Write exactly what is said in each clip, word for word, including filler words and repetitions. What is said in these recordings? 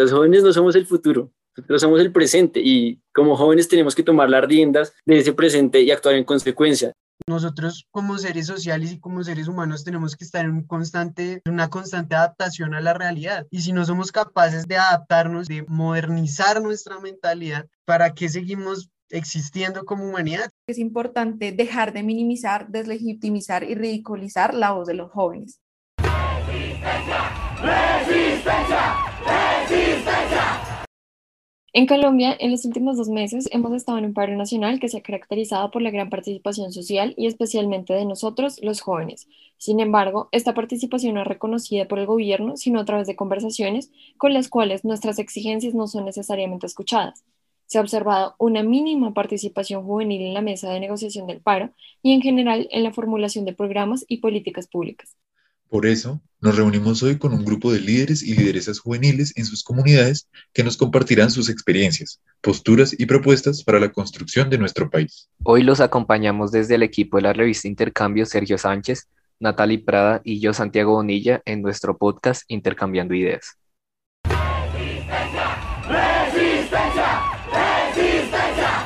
los jóvenes no somos el futuro, nosotros somos el presente y como jóvenes tenemos que tomar las riendas de ese presente y actuar en consecuencia. Nosotros como seres sociales y como seres humanos tenemos que estar en un constante, una constante adaptación a la realidad. Y si no somos capaces de adaptarnos, de modernizar nuestra mentalidad, ¿para qué seguimos existiendo como humanidad? Es importante dejar de minimizar, deslegitimizar y ridiculizar la voz de los jóvenes. ¡Resistencia! ¡Resistencia! ¡Resistencia! En Colombia, en los últimos dos meses hemos estado en un paro nacional que se ha caracterizado por la gran participación social y especialmente de nosotros, los jóvenes. Sin embargo, esta participación no es reconocida por el gobierno, sino a través de conversaciones con las cuales nuestras exigencias no son necesariamente escuchadas. Se ha observado una mínima participación juvenil en la mesa de negociación del paro y en general en la formulación de programas y políticas públicas. Por eso, nos reunimos hoy con un grupo de líderes y lideresas juveniles en sus comunidades que nos compartirán sus experiencias, posturas y propuestas para la construcción de nuestro país. Hoy los acompañamos desde el equipo de la revista Intercambio Sergio Sánchez, Natalie Prada y yo Santiago Bonilla en nuestro podcast Intercambiando Ideas. ¡Resistencia! ¡Resistencia! ¡Resistencia!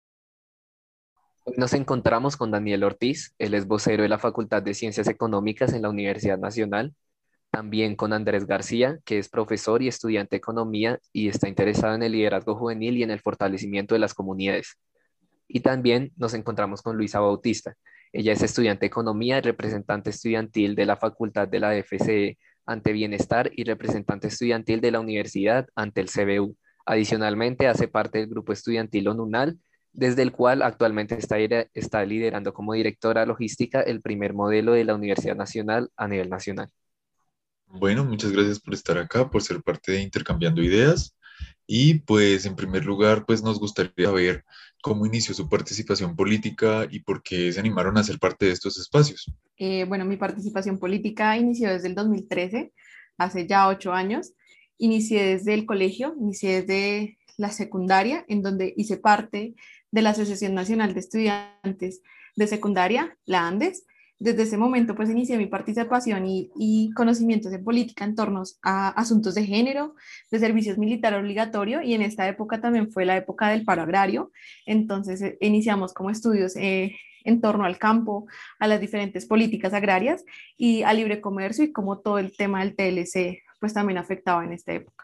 Hoy nos encontramos con Daniel Ortiz, él es vocero de la Facultad de Ciencias Económicas en la Universidad Nacional, también con Andrés García, que es profesor y estudiante de Economía y está interesado en el liderazgo juvenil y en el fortalecimiento de las comunidades. Y también nos encontramos con Luisa Bautista, ella es estudiante de Economía y representante estudiantil de la Facultad de la F C E ante Bienestar y representante estudiantil de la Universidad ante el C B U. Adicionalmente, hace parte del grupo estudiantil ONUNAL, desde el cual actualmente está, está liderando como directora logística el primer modelo de la Universidad Nacional a nivel nacional. Bueno, muchas gracias por estar acá, por ser parte de Intercambiando Ideas. Y pues en primer lugar, pues nos gustaría saber cómo inició su participación política y por qué se animaron a ser parte de estos espacios. Eh, bueno, mi participación política inició desde el dos mil trece, hace ya ocho años. Inicié desde el colegio, inicié desde la secundaria, en donde hice parte de la Asociación Nacional de Estudiantes de Secundaria, la ANDES. Desde ese momento, pues, inicié mi participación y, y conocimientos en política en torno a asuntos de género, de servicios militar obligatorio, y en esta época también fue la época del paro agrario. Entonces, eh, iniciamos como estudios eh, en torno al campo, a las diferentes políticas agrarias y al libre comercio, y como todo el tema del T L C, pues, también afectaba en esta época.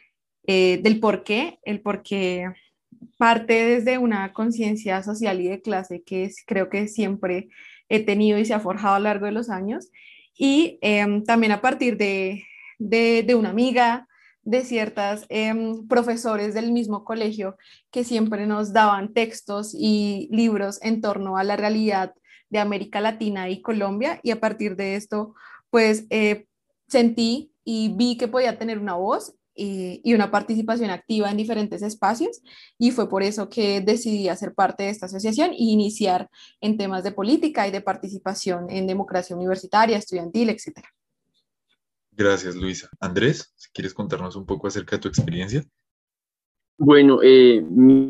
Eh, del por qué, el por qué parte desde una conciencia social y de clase que es, creo que siempre he tenido y se ha forjado a lo largo de los años, y eh, también a partir de, de, de una amiga, de ciertas eh, profesores del mismo colegio que siempre nos daban textos y libros en torno a la realidad de América Latina y Colombia, y a partir de esto pues eh, sentí y vi que podía tener una voz y, y una participación activa en diferentes espacios, y fue por eso que decidí hacer parte de esta asociación e iniciar en temas de política y de participación en democracia universitaria, estudiantil, etcétera. Gracias, Luisa. Andrés, si quieres contarnos un poco acerca de tu experiencia. Bueno, eh,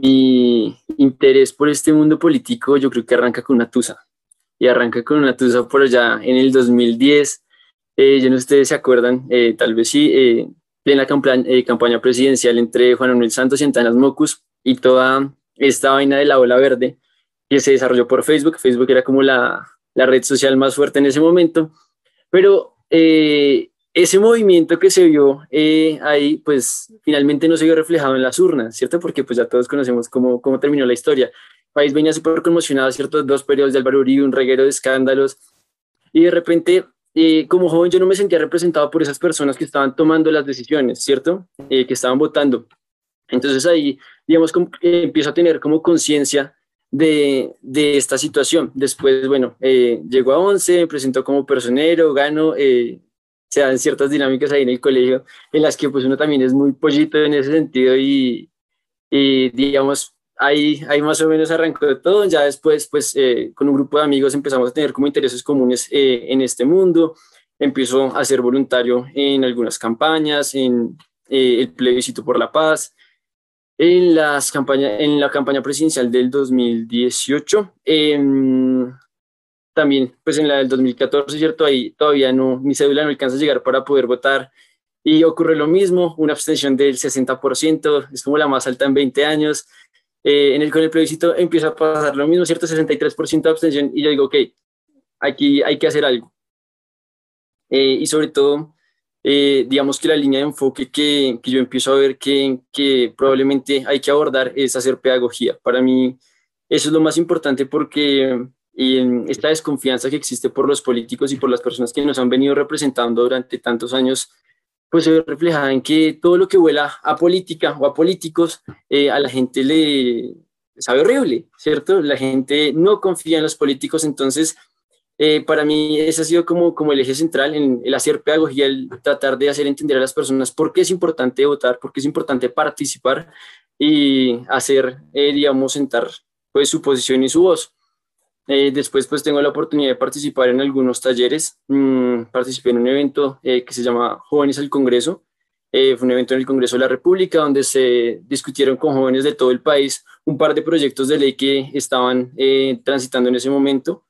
mi interés por este mundo político yo creo que arranca con una tusa, y arranca con una tusa por allá en el dos mil diez, eh, yo no sé si ustedes se acuerdan, eh, tal vez sí, eh, en la campaña, eh, campaña presidencial entre Juan Manuel Santos y Antanas Mocus, y toda esta vaina de la ola verde que se desarrolló por Facebook. Facebook era como la, la red social más fuerte en ese momento, pero eh, ese movimiento que se vio eh, ahí, pues finalmente no se vio reflejado en las urnas, ¿cierto? Porque pues ya todos conocemos cómo, cómo terminó la historia. El país venía súper conmocionado, ¿cierto? Dos periodos de Álvaro Uribe, un reguero de escándalos, y de repente, eh, como joven, yo no me sentía representado por esas personas que estaban tomando las decisiones, ¿cierto? Eh, que estaban votando. Entonces ahí, digamos, como, eh, empiezo a tener como conciencia de, de esta situación. Después, bueno, eh, llego a once, me presento como personero, gano, eh, se dan ciertas dinámicas ahí en el colegio en las que pues uno también es muy pollito en ese sentido, y, y digamos, ahí, ahí más o menos arrancó todo. Ya después, pues eh, con un grupo de amigos empezamos a tener como intereses comunes eh, en este mundo. Empiezo a ser voluntario en algunas campañas, en eh, el plebiscito por la paz, en, las campañas, en la campaña presidencial del dos mil dieciocho, eh, también pues en la del dos mil catorce, ¿cierto? Ahí todavía no, mi cédula no alcanza a llegar para poder votar, Y ocurre lo mismo, una abstención del sesenta por ciento, es como la más alta en veinte años. Eh, en el, con el plebiscito empieza a pasar lo mismo, ¿cierto? sesenta y tres por ciento de abstención, y yo digo, ok, aquí hay que hacer algo. Eh, y sobre todo, eh, digamos que la línea de enfoque que, que yo empiezo a ver que, que probablemente hay que abordar es hacer pedagogía. Para mí eso es lo más importante porque eh, esta desconfianza que existe por los políticos y por las personas que nos han venido representando durante tantos años, pues se ve reflejada en que todo lo que huela a política o a políticos, eh, a la gente le sabe horrible, ¿cierto? La gente no confía en los políticos, entonces eh, para mí ese ha sido como, como el eje central en el hacer pedagogía, el tratar de hacer entender a las personas por qué es importante votar, por qué es importante participar y hacer, eh, digamos, sentar pues su posición y su voz. Eh, después pues tengo la oportunidad de participar en algunos talleres. Mm, participé en un evento eh, que se llama Jóvenes al Congreso. Eh, fue un evento en el Congreso de la República donde se discutieron con jóvenes de todo el país un par de proyectos de ley que estaban eh, transitando en ese momento.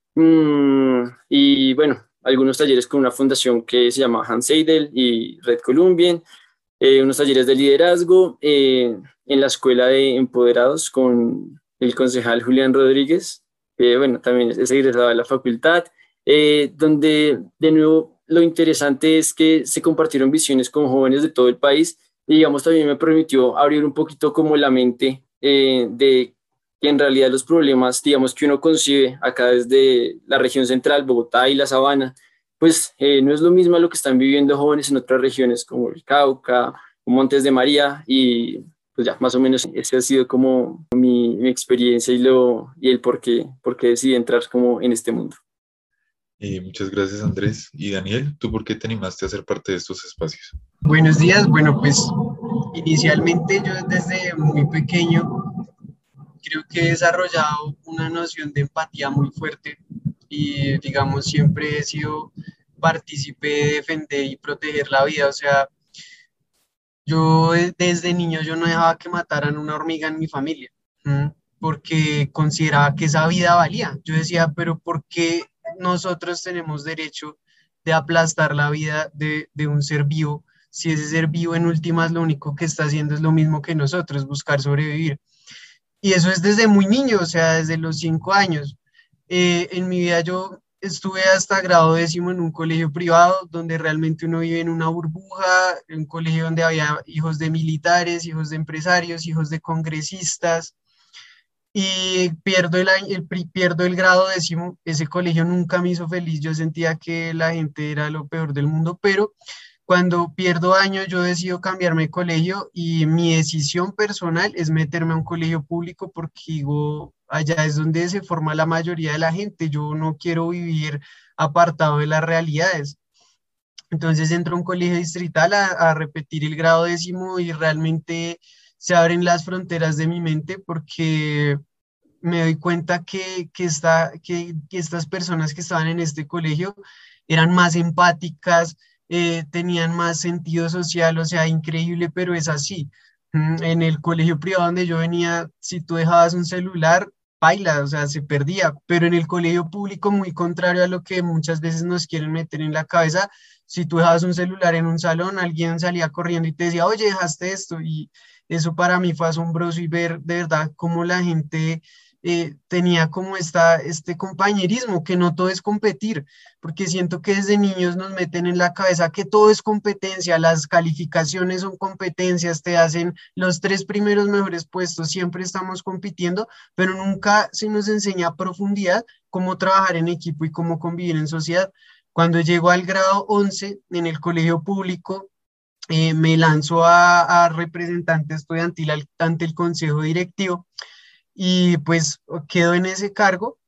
Mm, y bueno, algunos talleres con una fundación que se llama Hans Seidel y Red Columbian, eh, unos talleres de liderazgo eh, en la Escuela de Empoderados con el concejal Julián Rodríguez, que bueno, también es egresado de la facultad, eh, donde de nuevo lo interesante es que se compartieron visiones con jóvenes de todo el país y digamos también me permitió abrir un poquito como la mente eh, de que en realidad los problemas, digamos, que uno concibe acá desde la región central, Bogotá y la Sabana, pues eh, no es lo mismo a lo que están viviendo jóvenes en otras regiones como el Cauca, Montes de María, y pues ya más o menos ese ha sido como mi, mi experiencia y, lo, y el por qué, por qué decidí entrar como en este mundo. Eh, muchas gracias, Andrés. Y Daniel, ¿tú por qué te animaste a ser parte de estos espacios? Buenos días. Bueno, pues inicialmente yo desde muy pequeño creo que he desarrollado una noción de empatía muy fuerte y digamos siempre he sido partícipe de defender y proteger la vida. O sea, yo eh, desde niño yo no dejaba que mataran una hormiga en mi familia, ¿m? Porque consideraba que esa vida valía. Yo decía, pero ¿por qué nosotros tenemos derecho de aplastar la vida de, de un ser vivo si ese ser vivo en últimas lo único que está haciendo es lo mismo que nosotros, buscar sobrevivir? Y eso es desde muy niño, o sea, desde los cinco años. Eh, en mi vida yo estuve hasta grado décimo en un colegio privado, donde realmente uno vive en una burbuja, en un colegio donde había hijos de militares, hijos de empresarios, hijos de congresistas, y pierdo el, año- el, pri- pierdo el grado décimo. Ese colegio nunca me hizo feliz, yo sentía que la gente era lo peor del mundo, pero cuando pierdo años, yo decido cambiarme de colegio y mi decisión personal es meterme a un colegio público porque digo, allá es donde se forma la mayoría de la gente. Yo no quiero vivir apartado de las realidades. Entonces entro a un colegio distrital a, a repetir el grado décimo y realmente se abren las fronteras de mi mente porque me doy cuenta que, que, esta- que, que estas personas que estaban en este colegio eran más empáticas, eh, tenían más sentido social, o sea, increíble, pero es así. Mm, En el colegio privado donde yo venía, si tú dejabas un celular, paila, o sea, se perdía, pero en el colegio público, muy contrario a lo que muchas veces nos quieren meter en la cabeza, si tú dejabas un celular en un salón, alguien salía corriendo y te decía, oye, dejaste esto, y eso para mí fue asombroso y ver de verdad cómo la gente eh, tenía como esta, este compañerismo, que no todo es competir, porque siento que desde niños nos meten en la cabeza que todo es competencia, las calificaciones son competencias, te hacen los tres primeros mejores puestos, siempre estamos compitiendo, pero nunca se nos enseña a profundidad cómo trabajar en equipo y cómo convivir en sociedad. Cuando llego al grado once en el colegio público, eh, me lanzo a, a representante estudiantil al- ante el consejo directivo y pues quedo en ese cargo.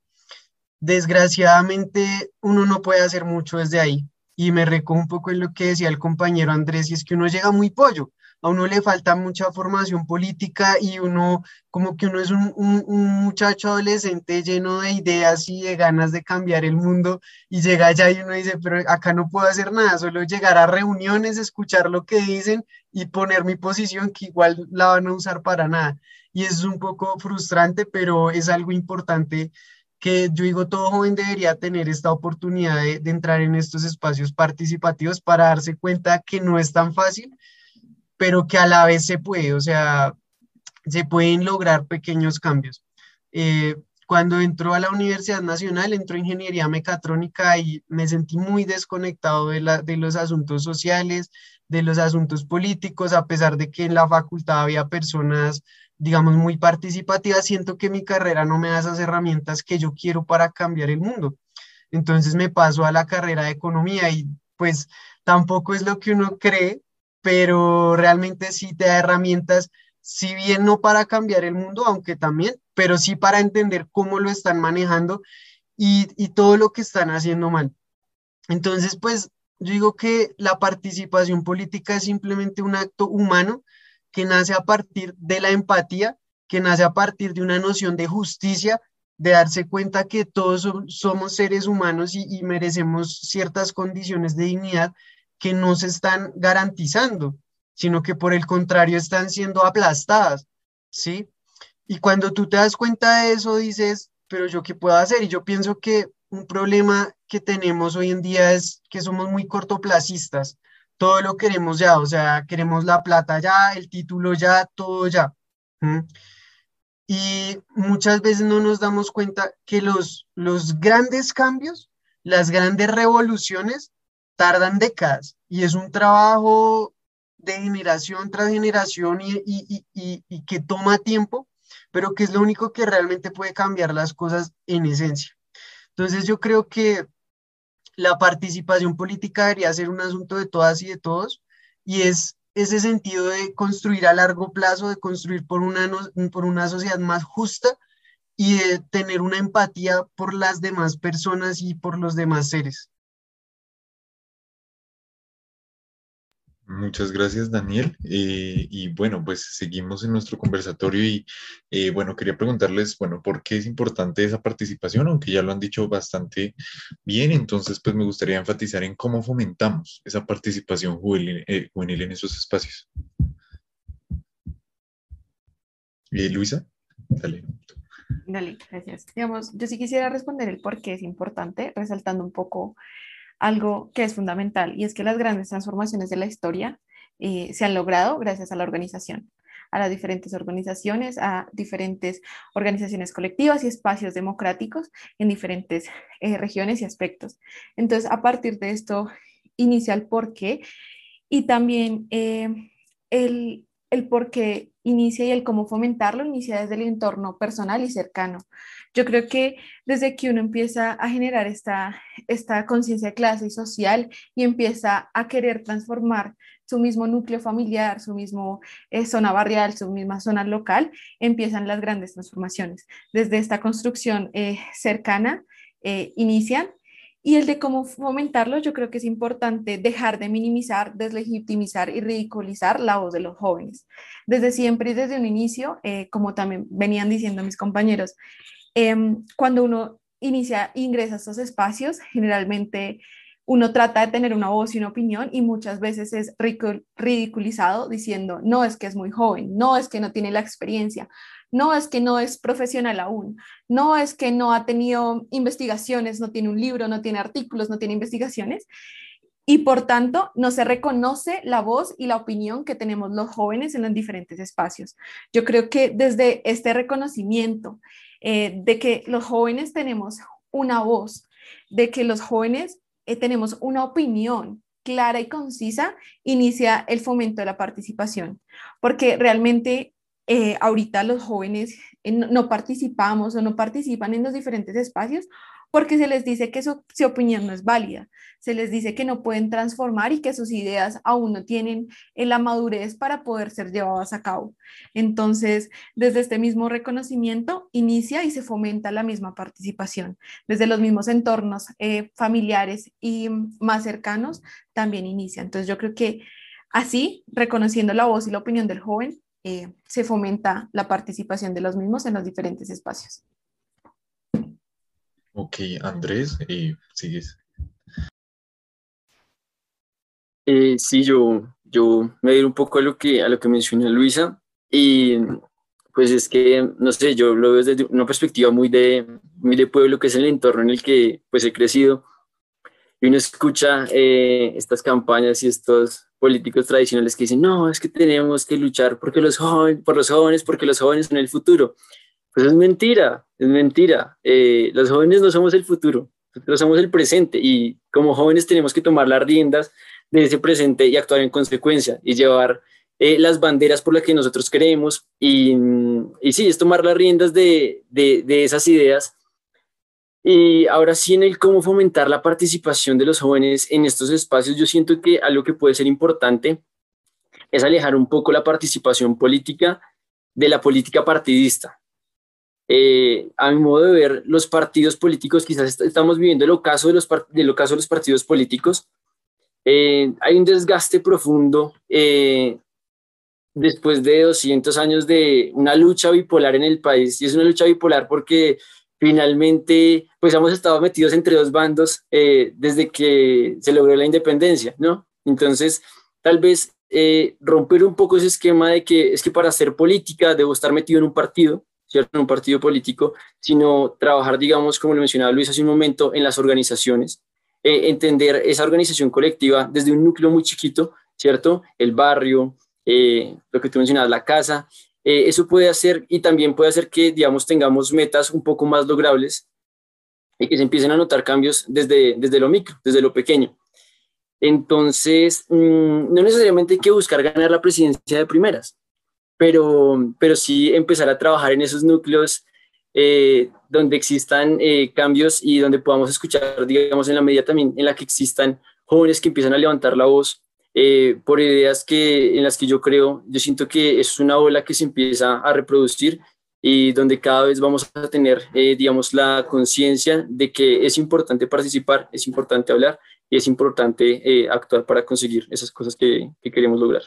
Desgraciadamente uno no puede hacer mucho desde ahí y me recojo un poco en lo que decía el compañero Andrés, y es que uno llega muy pollo, a uno le falta mucha formación política y uno como que uno es un, un- un muchacho adolescente lleno de ideas y de ganas de cambiar el mundo, y llega allá y uno dice, pero acá no puedo hacer nada, solo llegar a reuniones, escuchar lo que dicen y poner mi posición que igual la van a usar para nada. Y es un poco frustrante, pero es algo importante que yo digo, todo joven debería tener esta oportunidad de, de entrar en estos espacios participativos para darse cuenta que no es tan fácil, pero que a la vez se puede, o sea, se pueden lograr pequeños cambios. Eh, Cuando entró a la Universidad Nacional, entró en Ingeniería Mecatrónica y me sentí muy desconectado de, la, de los asuntos sociales, de los asuntos políticos, a pesar de que en la facultad había personas, digamos, muy participativas. Siento que mi carrera no me da esas herramientas que yo quiero para cambiar el mundo. Entonces me paso a la carrera de Economía y pues tampoco es lo que uno cree, pero realmente sí te da herramientas, si bien no para cambiar el mundo, aunque también, pero sí para entender cómo lo están manejando y, y todo lo que están haciendo mal. Entonces, pues yo digo que la participación política es simplemente un acto humano que nace a partir de la empatía, que nace a partir de una noción de justicia, de darse cuenta que todos som- somos seres humanos y, y merecemos ciertas condiciones de dignidad que no se están garantizando, sino que por el contrario están siendo aplastadas, ¿sí? Y cuando tú te das cuenta de eso, dices, pero yo qué puedo hacer. Y yo pienso que un problema que tenemos hoy en día es que somos muy cortoplacistas. Todo lo queremos ya, o sea, queremos la plata ya, el título ya, todo ya. ¿Mm? Y muchas veces no nos damos cuenta que los, los grandes cambios, las grandes revoluciones, tardan décadas. Y es un trabajo de generación tras generación y, y, y, y y que toma tiempo, pero que es lo único que realmente puede cambiar las cosas en esencia. Entonces yo creo que la participación política debería ser un asunto de todas y de todos, y es ese sentido de construir a largo plazo, de construir por una, no- por una sociedad más justa y de tener una empatía por las demás personas y por los demás seres. Muchas gracias, Daniel. Eh, y bueno, pues seguimos en nuestro conversatorio y eh, bueno, quería preguntarles, bueno, ¿por qué es importante esa participación? Aunque ya lo han dicho bastante bien, entonces pues me gustaría enfatizar en cómo fomentamos esa participación juvenil, eh, juvenil en esos espacios. Eh, Luisa, dale. Dale, gracias. Digamos, yo sí quisiera responder el por qué es importante, resaltando un poco algo que es fundamental, y es que las grandes transformaciones de la historia eh, se han logrado gracias a la organización, a las diferentes organizaciones, a diferentes organizaciones colectivas y espacios democráticos en diferentes eh, regiones y aspectos. Entonces, a partir de esto, inicia el por qué y también eh, el, el por qué inicia y el cómo fomentarlo inicia desde el entorno personal y cercano. Yo creo que desde que uno empieza a generar esta, esta conciencia de clase y social y empieza a querer transformar su mismo núcleo familiar, su mismo eh, zona barrial, su misma zona local, empiezan las grandes transformaciones. Desde esta construcción eh, cercana eh, inician, y el de cómo fomentarlo, yo creo que es importante dejar de minimizar, deslegitimizar y ridiculizar la voz de los jóvenes. Desde siempre y desde un inicio, eh, como también venían diciendo mis compañeros, eh, cuando uno inicia, ingresa a estos espacios, generalmente uno trata de tener una voz y una opinión y muchas veces es ridiculizado diciendo, no es que es muy joven, no es que no tiene la experiencia, no es que no es profesional aún, no es que no ha tenido investigaciones, no tiene un libro, no tiene artículos, no tiene investigaciones, y por tanto no se reconoce la voz y la opinión que tenemos los jóvenes en los diferentes espacios. Yo creo que desde este reconocimiento eh, de que los jóvenes tenemos una voz, de que los jóvenes eh, tenemos una opinión clara y concisa, inicia el fomento de la participación, porque realmente eh, ahorita los jóvenes eh, no, no participamos o no participan en los diferentes espacios porque se les dice que su, su opinión no es válida, se les dice que no pueden transformar y que sus ideas aún no tienen eh, la madurez para poder ser llevadas a cabo. Entonces, desde este mismo reconocimiento inicia y se fomenta la misma participación. Desde los mismos entornos eh, familiares y más cercanos también inicia. Entonces, yo creo que así, reconociendo la voz y la opinión del joven, eh, se fomenta la participación de los mismos en los diferentes espacios. Ok, Andrés, eh, sigues. Eh, sí, yo, yo me voy a ir un poco a lo que, a lo que menciona Luisa y pues es que, no sé, yo lo veo desde una perspectiva muy de, muy de pueblo, que es el entorno en el que pues he crecido, y uno escucha eh, estas campañas y estos políticos tradicionales que dicen, no, es que tenemos que luchar porque los jóvenes, por los jóvenes, porque los jóvenes son el futuro. Pues es mentira, es mentira. Eh, los jóvenes no somos el futuro, nosotros somos el presente, y como jóvenes tenemos que tomar las riendas de ese presente y actuar en consecuencia y llevar eh, las banderas por las que nosotros creemos, y, y sí, es tomar las riendas de, de, de esas ideas. Y ahora sí, en el cómo fomentar la participación de los jóvenes en estos espacios, yo siento que algo que puede ser importante es alejar un poco la participación política de la política partidista. Eh, a mi modo de ver, los partidos políticos, quizás est- estamos viviendo el ocaso de los, par- del ocaso de los partidos políticos. Eh, hay un desgaste profundo eh, después de doscientos años de una lucha bipolar en el país, y es una lucha bipolar porque finalmente pues hemos estado metidos entre dos bandos eh, desde que se logró la independencia, ¿no? Entonces, tal vez eh, romper un poco ese esquema de que es que para hacer política debo estar metido en un partido, ¿cierto? En un partido político, sino trabajar, digamos, como lo mencionaba Luis hace un momento, en las organizaciones, eh, entender esa organización colectiva desde un núcleo muy chiquito, ¿cierto? El barrio, eh, lo que tú mencionabas, la casa. Eh, eso puede hacer, y también puede hacer que, digamos, tengamos metas un poco más logrables y que se empiecen a notar cambios desde, desde lo micro, desde lo pequeño. Entonces, mmm, no necesariamente hay que buscar ganar la presidencia de primeras, pero, pero sí empezar a trabajar en esos núcleos eh, donde existan eh, cambios y donde podamos escuchar, digamos, en la medida también en la que existan jóvenes que empiezan a levantar la voz eh, por ideas que, en las que yo creo. Yo siento que es una ola que se empieza a reproducir, y donde cada vez vamos a tener, eh, digamos, la conciencia de que es importante participar, es importante hablar y es importante eh, actuar para conseguir esas cosas que, que queremos lograr.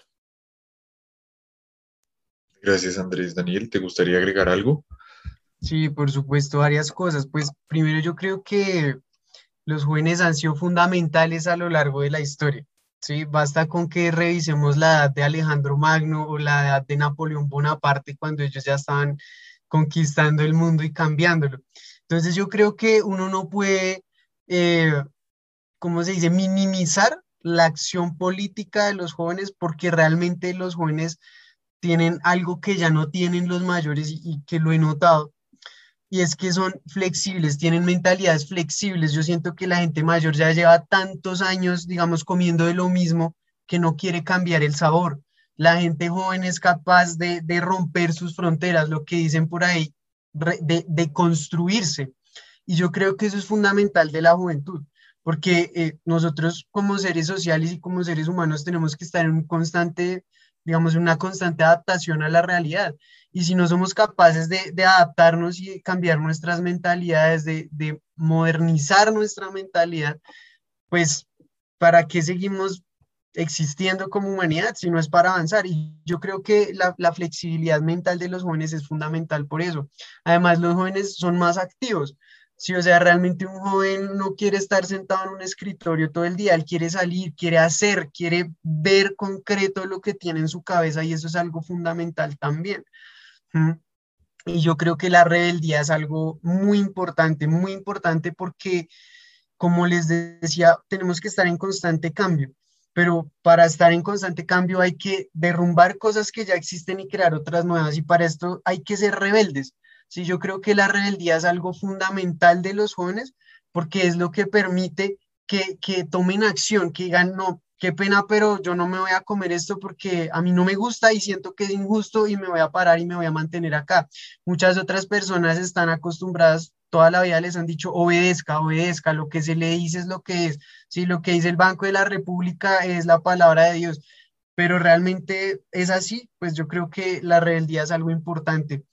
Gracias, Andrés. Daniel, ¿te gustaría agregar algo? Sí, por supuesto, varias cosas. Pues primero yo creo que los jóvenes han sido fundamentales a lo largo de la historia. Sí, basta con que revisemos la edad de Alejandro Magno o la edad de Napoleón Bonaparte, cuando ellos ya estaban conquistando el mundo y cambiándolo. Entonces yo creo que uno no puede, eh, ¿cómo se dice?, minimizar la acción política de los jóvenes, porque realmente los jóvenes tienen algo que ya no tienen los mayores, y, y que lo he notado, y es que son flexibles, tienen mentalidades flexibles. Yo siento que la gente mayor ya lleva tantos años, digamos, comiendo de lo mismo, que no quiere cambiar el sabor. La gente joven es capaz de, de romper sus fronteras, lo que dicen por ahí, re- de, de construirse. Y yo creo que eso es fundamental de la juventud, porque eh, nosotros como seres sociales y como seres humanos tenemos que estar en un constante, digamos, una constante adaptación a la realidad. Y si no somos capaces de, de adaptarnos y de cambiar nuestras mentalidades, de, de modernizar nuestra mentalidad, pues ¿para qué seguimos existiendo como humanidad si no es para avanzar? Y yo creo que la, la flexibilidad mental de los jóvenes es fundamental por eso. Además, los jóvenes son más activos. Sí, o sea, realmente un joven no quiere estar sentado en un escritorio todo el día, él quiere salir, quiere hacer, quiere ver concreto lo que tiene en su cabeza, y eso es algo fundamental también. ¿Mm? Y yo creo que la rebeldía es algo muy importante, muy importante, porque, como les decía, tenemos que estar en constante cambio, pero para estar en constante cambio hay que derrumbar cosas que ya existen y crear otras nuevas, y para esto hay que ser rebeldes. Sí, yo creo que la rebeldía es algo fundamental de los jóvenes, porque es lo que permite que, que tomen acción, que digan, no, qué pena, pero yo no me voy a comer esto porque a mí no me gusta y siento que es injusto, y me voy a parar y me voy a mantener acá. Muchas otras personas están acostumbradas, toda la vida les han dicho obedezca, obedezca, lo que se le dice es lo que es. Sí, lo que dice el Banco de la República es la palabra de Dios, pero realmente es así. Pues yo creo que la rebeldía es algo importante.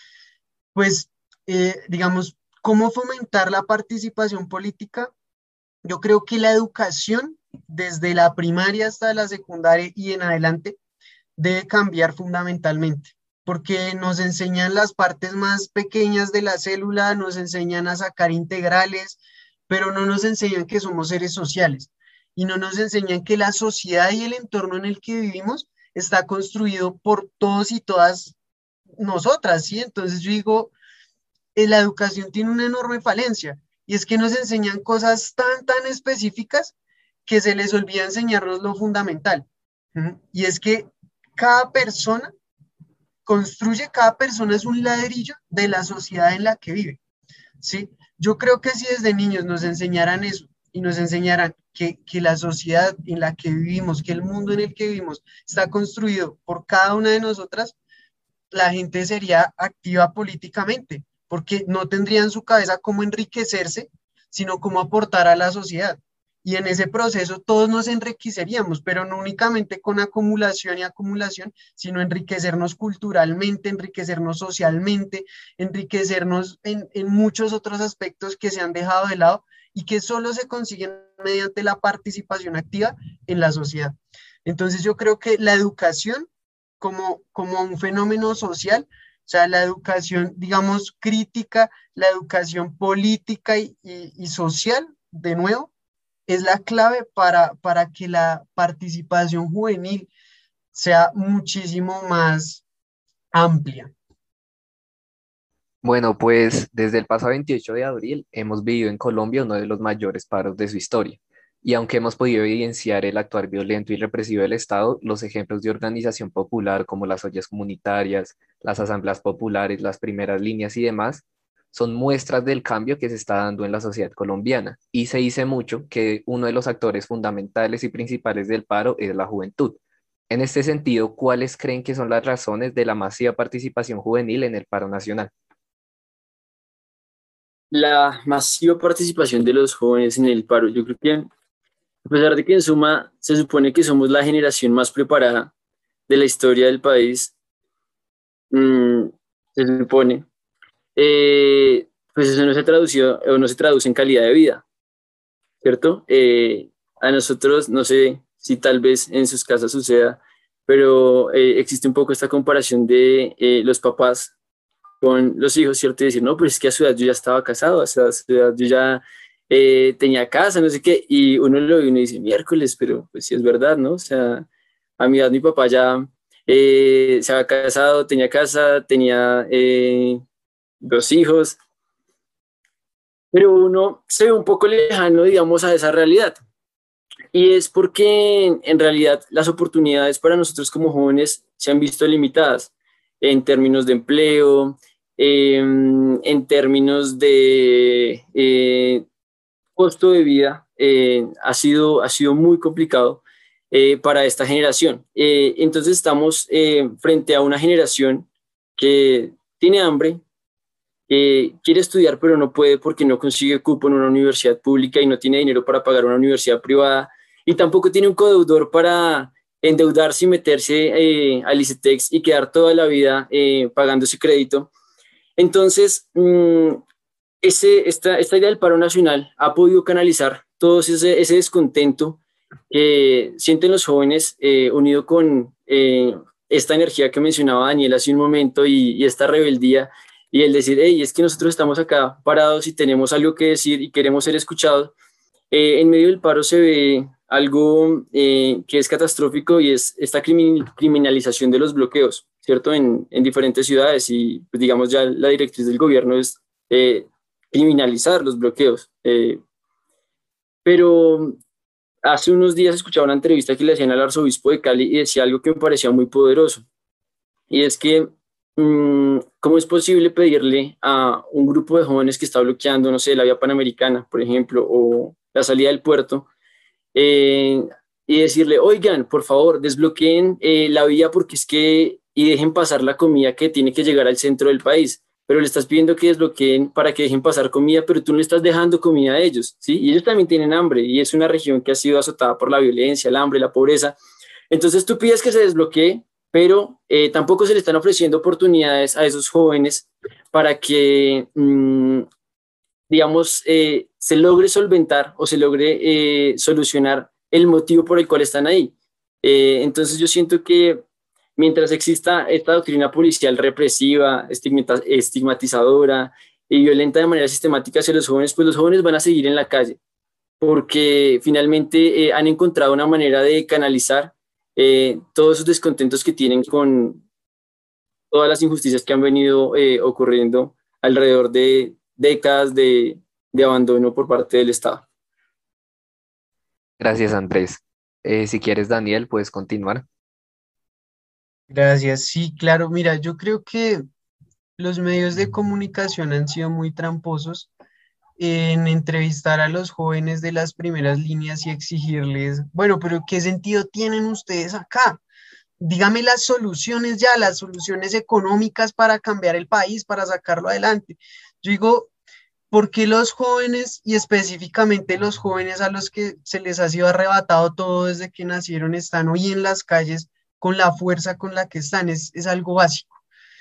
Pues, eh, digamos, ¿cómo fomentar la participación política? Yo creo que la educación, desde la primaria hasta la secundaria y en adelante, debe cambiar fundamentalmente, porque nos enseñan las partes más pequeñas de la célula, nos enseñan a sacar integrales, pero no nos enseñan que somos seres sociales, y no nos enseñan que la sociedad y el entorno en el que vivimos está construido por todos y todas nosotras, ¿sí? Entonces yo digo, eh, la educación tiene una enorme falencia y es que nos enseñan cosas tan, tan específicas que se les olvida enseñarnos lo fundamental. ¿Mm? Y es que cada persona construye, cada persona es un ladrillo de la sociedad en la que vive, ¿sí? Yo creo que si desde niños nos enseñaran eso y nos enseñaran que, que la sociedad en la que vivimos, que el mundo en el que vivimos está construido por cada una de nosotras, la gente sería activa políticamente, porque no tendría en su cabeza cómo enriquecerse, sino cómo aportar a la sociedad. Y en ese proceso todos nos enriqueceríamos, pero no únicamente con acumulación y acumulación, sino enriquecernos culturalmente, enriquecernos socialmente, enriquecernos en, en muchos otros aspectos que se han dejado de lado y que solo se consiguen mediante la participación activa en la sociedad. Entonces yo creo que la educación como, como un fenómeno social, o sea, la educación, digamos, crítica, la educación política y, y, y social, de nuevo, es la clave para, para que la participación juvenil sea muchísimo más amplia. Bueno, pues desde el pasado veintiocho de abril hemos vivido en Colombia uno de los mayores paros de su historia. Y aunque hemos podido evidenciar el actuar violento y represivo del Estado, los ejemplos de organización popular como las ollas comunitarias, las asambleas populares, las primeras líneas y demás, son muestras del cambio que se está dando en la sociedad colombiana. Y se dice mucho que uno de los actores fundamentales y principales del paro es la juventud. En este sentido, ¿cuáles creen que son las razones de la masiva participación juvenil en el paro nacional? La masiva participación de los jóvenes en el paro, yo creo que a pesar de que en suma se supone que somos la generación más preparada de la historia del país, mmm, se supone, eh, pues eso no se tradució o no se traduce en calidad de vida, ¿cierto? Eh, a nosotros, no sé si tal vez en sus casas suceda, pero eh, existe un poco esta comparación de eh, los papás con los hijos, ¿cierto? Y decir, no, pues es que a su edad yo ya estaba casado, a su edad yo ya eh, tenía casa, no sé qué, y uno lo ve y uno dice, miércoles, pero pues sí es verdad, ¿no? O sea, a mi edad mi papá ya eh, se había casado, tenía casa, tenía eh, dos hijos, pero uno se ve un poco lejano, digamos, a esa realidad. Y es porque en realidad las oportunidades para nosotros como jóvenes se han visto limitadas en términos de empleo, eh, en términos de eh, costo de vida, eh, ha sido, ha sido muy complicado eh, para esta generación. Eh, entonces estamos eh, frente a una generación que tiene hambre, que quiere estudiar pero no puede porque no consigue cupo en una universidad pública y no tiene dinero para pagar una universidad privada y tampoco tiene un codeudor para endeudarse y meterse eh, al ICETEX y quedar toda la vida eh, pagando ese crédito. Entonces, mmm, ese, esta, esta idea del paro nacional ha podido canalizar todo ese, ese descontento que sienten los jóvenes eh, unido con eh, esta energía que mencionaba Daniel hace un momento y, y esta rebeldía y el decir, hey, es que nosotros estamos acá parados y tenemos algo que decir y queremos ser escuchados. Eh, en medio del paro se ve algo eh, que es catastrófico y es esta criminalización de los bloqueos, ¿cierto? En, en diferentes ciudades y pues, digamos ya la directriz del gobierno es eh, criminalizar los bloqueos. Eh, pero hace unos días escuchaba una entrevista que le hacían al arzobispo de Cali y decía algo que me parecía muy poderoso y es que mmm, ¿cómo es posible pedirle a un grupo de jóvenes que está bloqueando, no sé, la vía panamericana, por ejemplo, o la salida del puerto, eh, y decirle, oigan, por favor, desbloqueen eh, la vía porque es que, y dejen pasar la comida que tiene que llegar al centro del país, pero le estás pidiendo que desbloqueen para que dejen pasar comida, pero tú no le estás dejando comida a ellos, ¿sí? Y ellos también tienen hambre, y es una región que ha sido azotada por la violencia, el hambre, la pobreza. Entonces tú pides que se desbloquee, pero eh, tampoco se le están ofreciendo oportunidades a esos jóvenes para que, mmm, digamos, eh, se logre solventar o se logre eh, solucionar el motivo por el cual están ahí. Eh, entonces yo siento que mientras exista esta doctrina policial represiva, estigmatizadora y violenta de manera sistemática hacia los jóvenes, pues los jóvenes van a seguir en la calle, porque finalmente eh, han encontrado una manera de canalizar eh, todos esos descontentos que tienen con, todas las injusticias que han venido eh, ocurriendo alrededor de décadas de, de abandono por parte del Estado. Gracias, Andrés. Eh, si quieres, Daniel, puedes continuar. Gracias, sí, claro, mira, yo creo que los medios de comunicación han sido muy tramposos en entrevistar a los jóvenes de las primeras líneas y exigirles, bueno, pero ¿qué sentido tienen ustedes acá? Dígame las soluciones ya, las soluciones económicas para cambiar el país, para sacarlo adelante. Yo digo, ¿por qué los jóvenes y específicamente los jóvenes a los que se les ha sido arrebatado todo desde que nacieron están hoy en las calles con la fuerza con la que están? Es, es algo básico.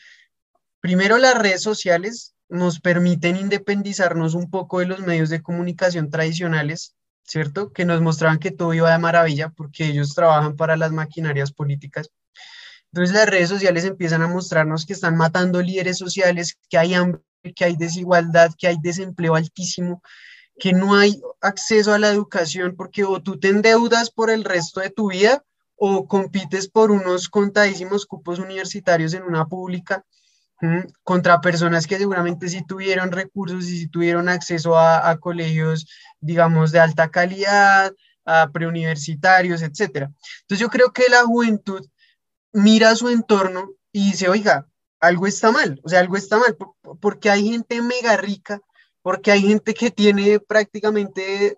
Primero, las redes sociales nos permiten independizarnos un poco de los medios de comunicación tradicionales, ¿cierto? Que nos mostraban que todo iba de maravilla porque ellos trabajan para las maquinarias políticas. Entonces las redes sociales empiezan a mostrarnos que están matando líderes sociales, que hay hambre, que hay desigualdad, que hay desempleo altísimo, que no hay acceso a la educación porque o tú te endeudas por el resto de tu vida o compites por unos contadísimos cupos universitarios en una pública ¿m? Contra personas que seguramente sí tuvieron recursos y sí tuvieron acceso a, a colegios, digamos, de alta calidad, a preuniversitarios, etcétera. Entonces yo creo que la juventud mira su entorno y dice, oiga, algo está mal, o sea, algo está mal, porque hay gente mega rica, porque hay gente que tiene prácticamente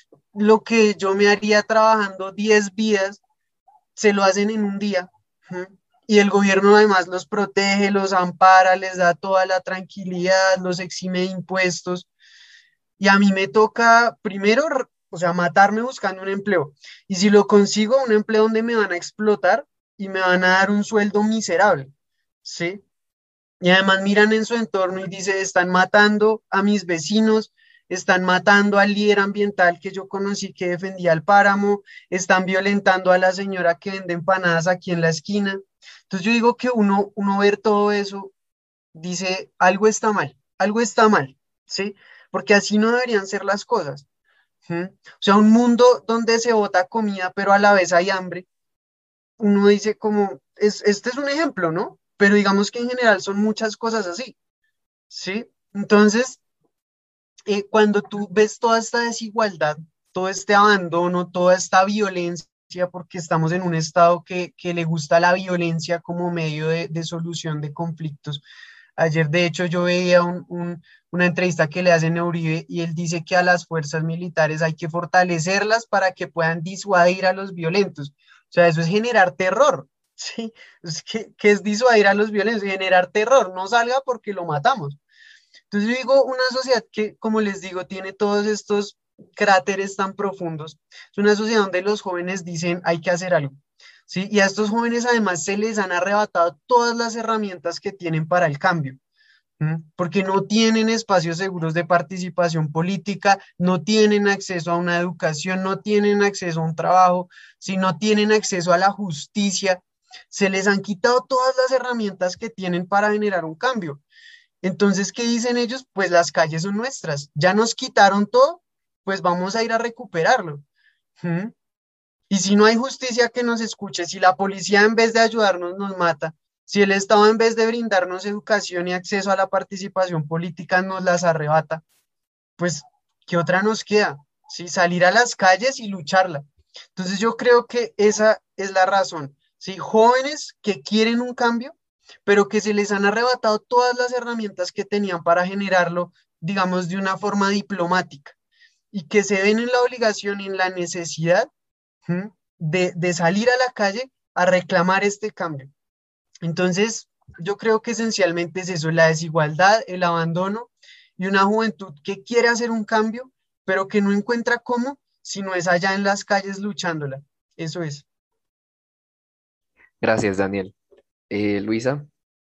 lo que yo me haría trabajando diez vidas, se lo hacen en un día, ¿m? Y el gobierno además los protege, los ampara, les da toda la tranquilidad, los exime de impuestos. Y a mí me toca primero, o sea, matarme buscando un empleo. Y si lo consigo, un empleo donde me van a explotar y me van a dar un sueldo miserable, ¿sí? Y además miran en su entorno y dice, están matando a mis vecinos, están matando al líder ambiental que yo conocí que defendía el páramo, están violentando a la señora que vende empanadas aquí en la esquina. Entonces yo digo que uno, uno ver todo eso, dice, algo está mal, algo está mal, ¿sí? Porque así no deberían ser las cosas. ¿Sí? O sea, un mundo donde se bota comida, pero a la vez hay hambre, uno dice como, es, este es un ejemplo, ¿no? Pero digamos que en general son muchas cosas así, ¿sí? Entonces, eh, cuando tú ves toda esta desigualdad, todo este abandono, toda esta violencia, porque estamos en un estado que, que le gusta la violencia como medio de, de solución de conflictos. Ayer, de hecho, yo veía un, un, una entrevista que le hacen a Uribe y él dice que a las fuerzas militares hay que fortalecerlas para que puedan disuadir a los violentos. O sea, eso es generar terror, ¿sí? ¿Qué, qué es disuadir a los violentos? Generar terror, no salga porque lo matamos. Entonces yo digo, una sociedad que, como les digo, tiene todos estos cráteres tan profundos, es una sociedad donde los jóvenes dicen hay que hacer algo, ¿sí? Y a estos jóvenes además se les han arrebatado todas las herramientas que tienen para el cambio, ¿m? Porque no tienen espacios seguros de participación política, no tienen acceso a una educación, no tienen acceso a un trabajo, si no tienen acceso a la justicia, se les han quitado todas las herramientas que tienen para generar un cambio. Entonces, ¿qué dicen ellos? Pues las calles son nuestras, ya nos quitaron todo, pues vamos a ir a recuperarlo. ¿Mm? Y si no hay justicia que nos escuche, si la policía en vez de ayudarnos nos mata, si el Estado en vez de brindarnos educación y acceso a la participación política nos las arrebata, pues, ¿qué otra nos queda? ¿Sí? Salir a las calles y lucharla. Entonces yo creo que esa es la razón. ¿Sí? Jóvenes que quieren un cambio, pero que se les han arrebatado todas las herramientas que tenían para generarlo, digamos, de una forma diplomática, y que se ven en la obligación y en la necesidad ¿m? de, de salir a la calle a reclamar este cambio. Entonces, yo creo que esencialmente es eso, la desigualdad, el abandono y una juventud que quiere hacer un cambio, pero que no encuentra cómo, si no es allá en las calles luchándola. Eso es. Gracias, Daniel. Eh, Luisa.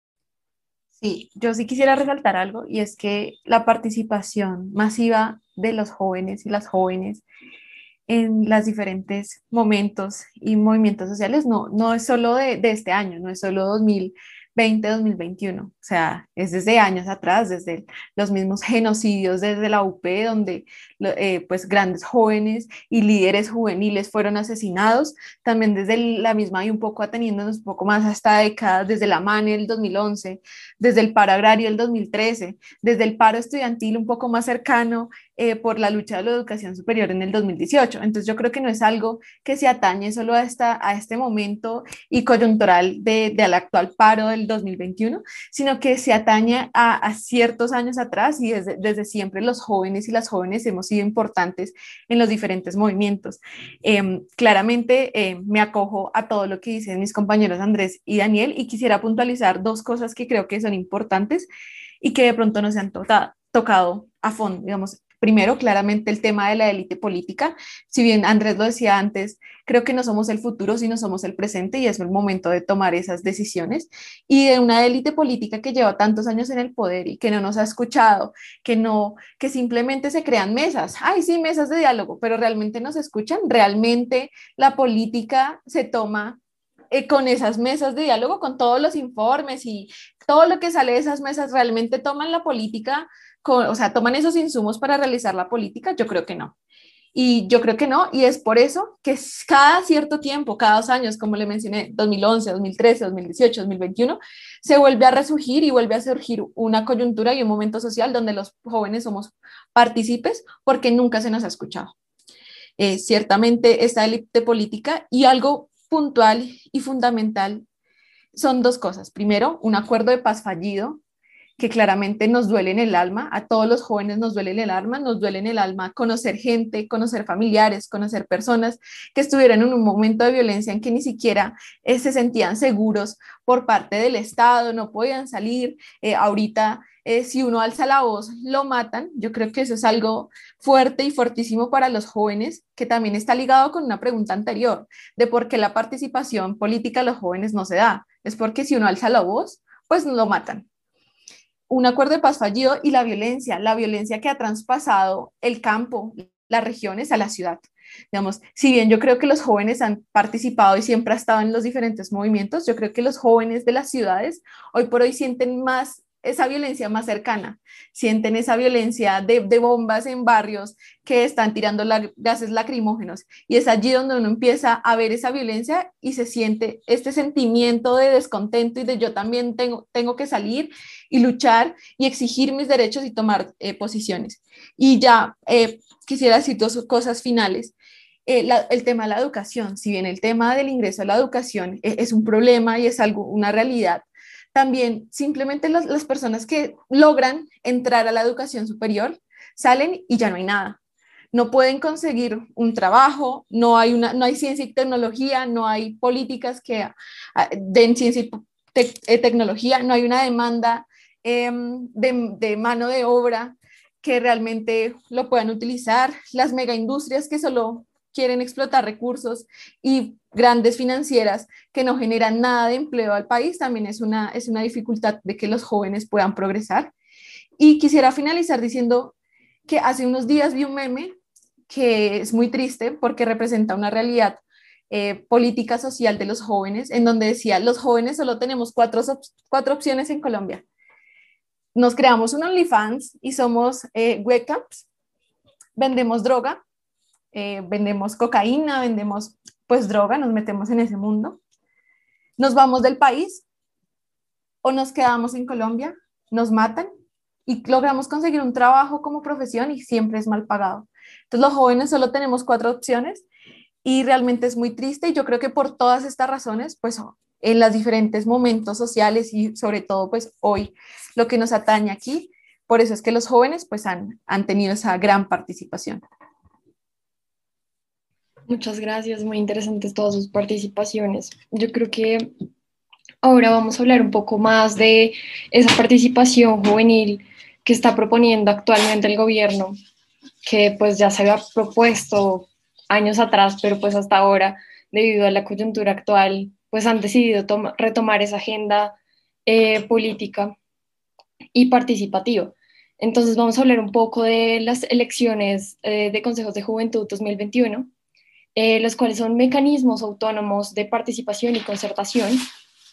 Sí, yo sí quisiera resaltar algo y es que la participación masiva de los jóvenes y las jóvenes en los diferentes momentos y movimientos sociales no, no es solo de, de este año, no es solo dos mil veinte dos mil veintiuno. O sea, es desde años atrás, desde los mismos genocidios desde la U P, donde eh, pues grandes jóvenes y líderes juveniles fueron asesinados, también desde la misma y un poco ateniéndonos un poco más a esta década, desde la MANE del dos mil once, desde el paro agrario del dos mil trece, desde el paro estudiantil un poco más cercano eh, por la lucha de la educación superior en el dos mil dieciocho. Entonces yo creo que no es algo que se atañe solo a, esta, a este momento y coyuntural de, de al actual paro del dos mil veintiuno, sino que se atañe a, a ciertos años atrás y desde, desde siempre los jóvenes y las jóvenes hemos sido importantes en los diferentes movimientos. Eh, claramente eh, me acojo a todo lo que dicen mis compañeros Andrés y Daniel y quisiera puntualizar dos cosas que creo que son importantes y que de pronto no se han tocado, tocado a fondo, digamos. Primero, claramente el tema de la élite política. Si bien Andrés lo decía antes, creo que no somos el futuro, sino somos el presente y es el momento de tomar esas decisiones. Y de una élite política que lleva tantos años en el poder y que no nos ha escuchado, que, no, que simplemente se crean mesas. Ay, sí, mesas de diálogo, pero realmente no se escuchan. Realmente la política se toma eh, con esas mesas de diálogo, con todos los informes y todo lo que sale de esas mesas. ¿Realmente toman la política? Con, o sea, ¿toman esos insumos para realizar la política? Yo creo que no. Y yo creo que no, y es por eso que cada cierto tiempo, cada dos años, como le mencioné, dos mil once, dos mil trece, dos mil dieciocho, dos mil veintiuno, se vuelve a resurgir y vuelve a surgir una coyuntura y un momento social donde los jóvenes somos partícipes porque nunca se nos ha escuchado. Eh, ciertamente esta élite política y algo puntual y fundamental son dos cosas. Primero, un acuerdo de paz fallido que claramente nos duele en el alma, a todos los jóvenes nos duele en el alma, nos duele en el alma conocer gente, conocer familiares, conocer personas que estuvieran en un momento de violencia en que ni siquiera eh, se sentían seguros por parte del Estado, no podían salir, eh, ahorita eh, si uno alza la voz lo matan. Yo creo que eso es algo fuerte y fortísimo para los jóvenes, que también está ligado con una pregunta anterior, de por qué la participación política de los jóvenes no se da, es porque si uno alza la voz, pues lo matan. Un acuerdo de paz fallido y la violencia, la violencia que ha traspasado el campo, las regiones a la ciudad. Digamos, si bien yo creo que los jóvenes han participado y siempre han estado en los diferentes movimientos, yo creo que los jóvenes de las ciudades hoy por hoy sienten más esa violencia más cercana, sienten esa violencia de, de bombas en barrios que están tirando la, gases lacrimógenos, y es allí donde uno empieza a ver esa violencia y se siente este sentimiento de descontento y de yo también tengo, tengo que salir y luchar y exigir mis derechos y tomar eh, posiciones. Y ya eh, quisiera decir dos cosas finales. Eh, la, el tema de la educación, si bien el tema del ingreso a la educación es, es un problema y es algo, una realidad, también simplemente las, las personas que logran entrar a la educación superior salen y ya no hay nada. No pueden conseguir un trabajo, no hay, una, no hay ciencia y tecnología, no hay políticas que den ciencia y te, eh, tecnología, no hay una demanda eh, de, de mano de obra que realmente lo puedan utilizar. Las megaindustrias que solo quieren explotar recursos y grandes financieras que no generan nada de empleo al país, también es una, es una dificultad de que los jóvenes puedan progresar. Y quisiera finalizar diciendo que hace unos días vi un meme que es muy triste porque representa una realidad eh, política social de los jóvenes, en donde decía, los jóvenes solo tenemos cuatro, cuatro opciones en Colombia. Nos creamos un OnlyFans y somos eh, webcams, vendemos droga, eh, vendemos cocaína, vendemos pues droga, nos metemos en ese mundo, nos vamos del país o nos quedamos en Colombia, nos matan y logramos conseguir un trabajo como profesión y siempre es mal pagado. Entonces los jóvenes solo tenemos cuatro opciones y realmente es muy triste, y yo creo que por todas estas razones, pues en los diferentes momentos sociales y sobre todo pues hoy lo que nos atañe aquí, por eso es que los jóvenes pues han, han tenido esa gran participación. Muchas gracias, muy interesantes todas sus participaciones. Yo creo que ahora vamos a hablar un poco más de esa participación juvenil que está proponiendo actualmente el gobierno, que pues ya se había propuesto años atrás, pero pues hasta ahora, debido a la coyuntura actual, pues han decidido retomar esa agenda eh, política y participativa. Entonces vamos a hablar un poco de las elecciones eh, de Consejos de Juventud dos mil veintiuno, eh, los cuales son mecanismos autónomos de participación y concertación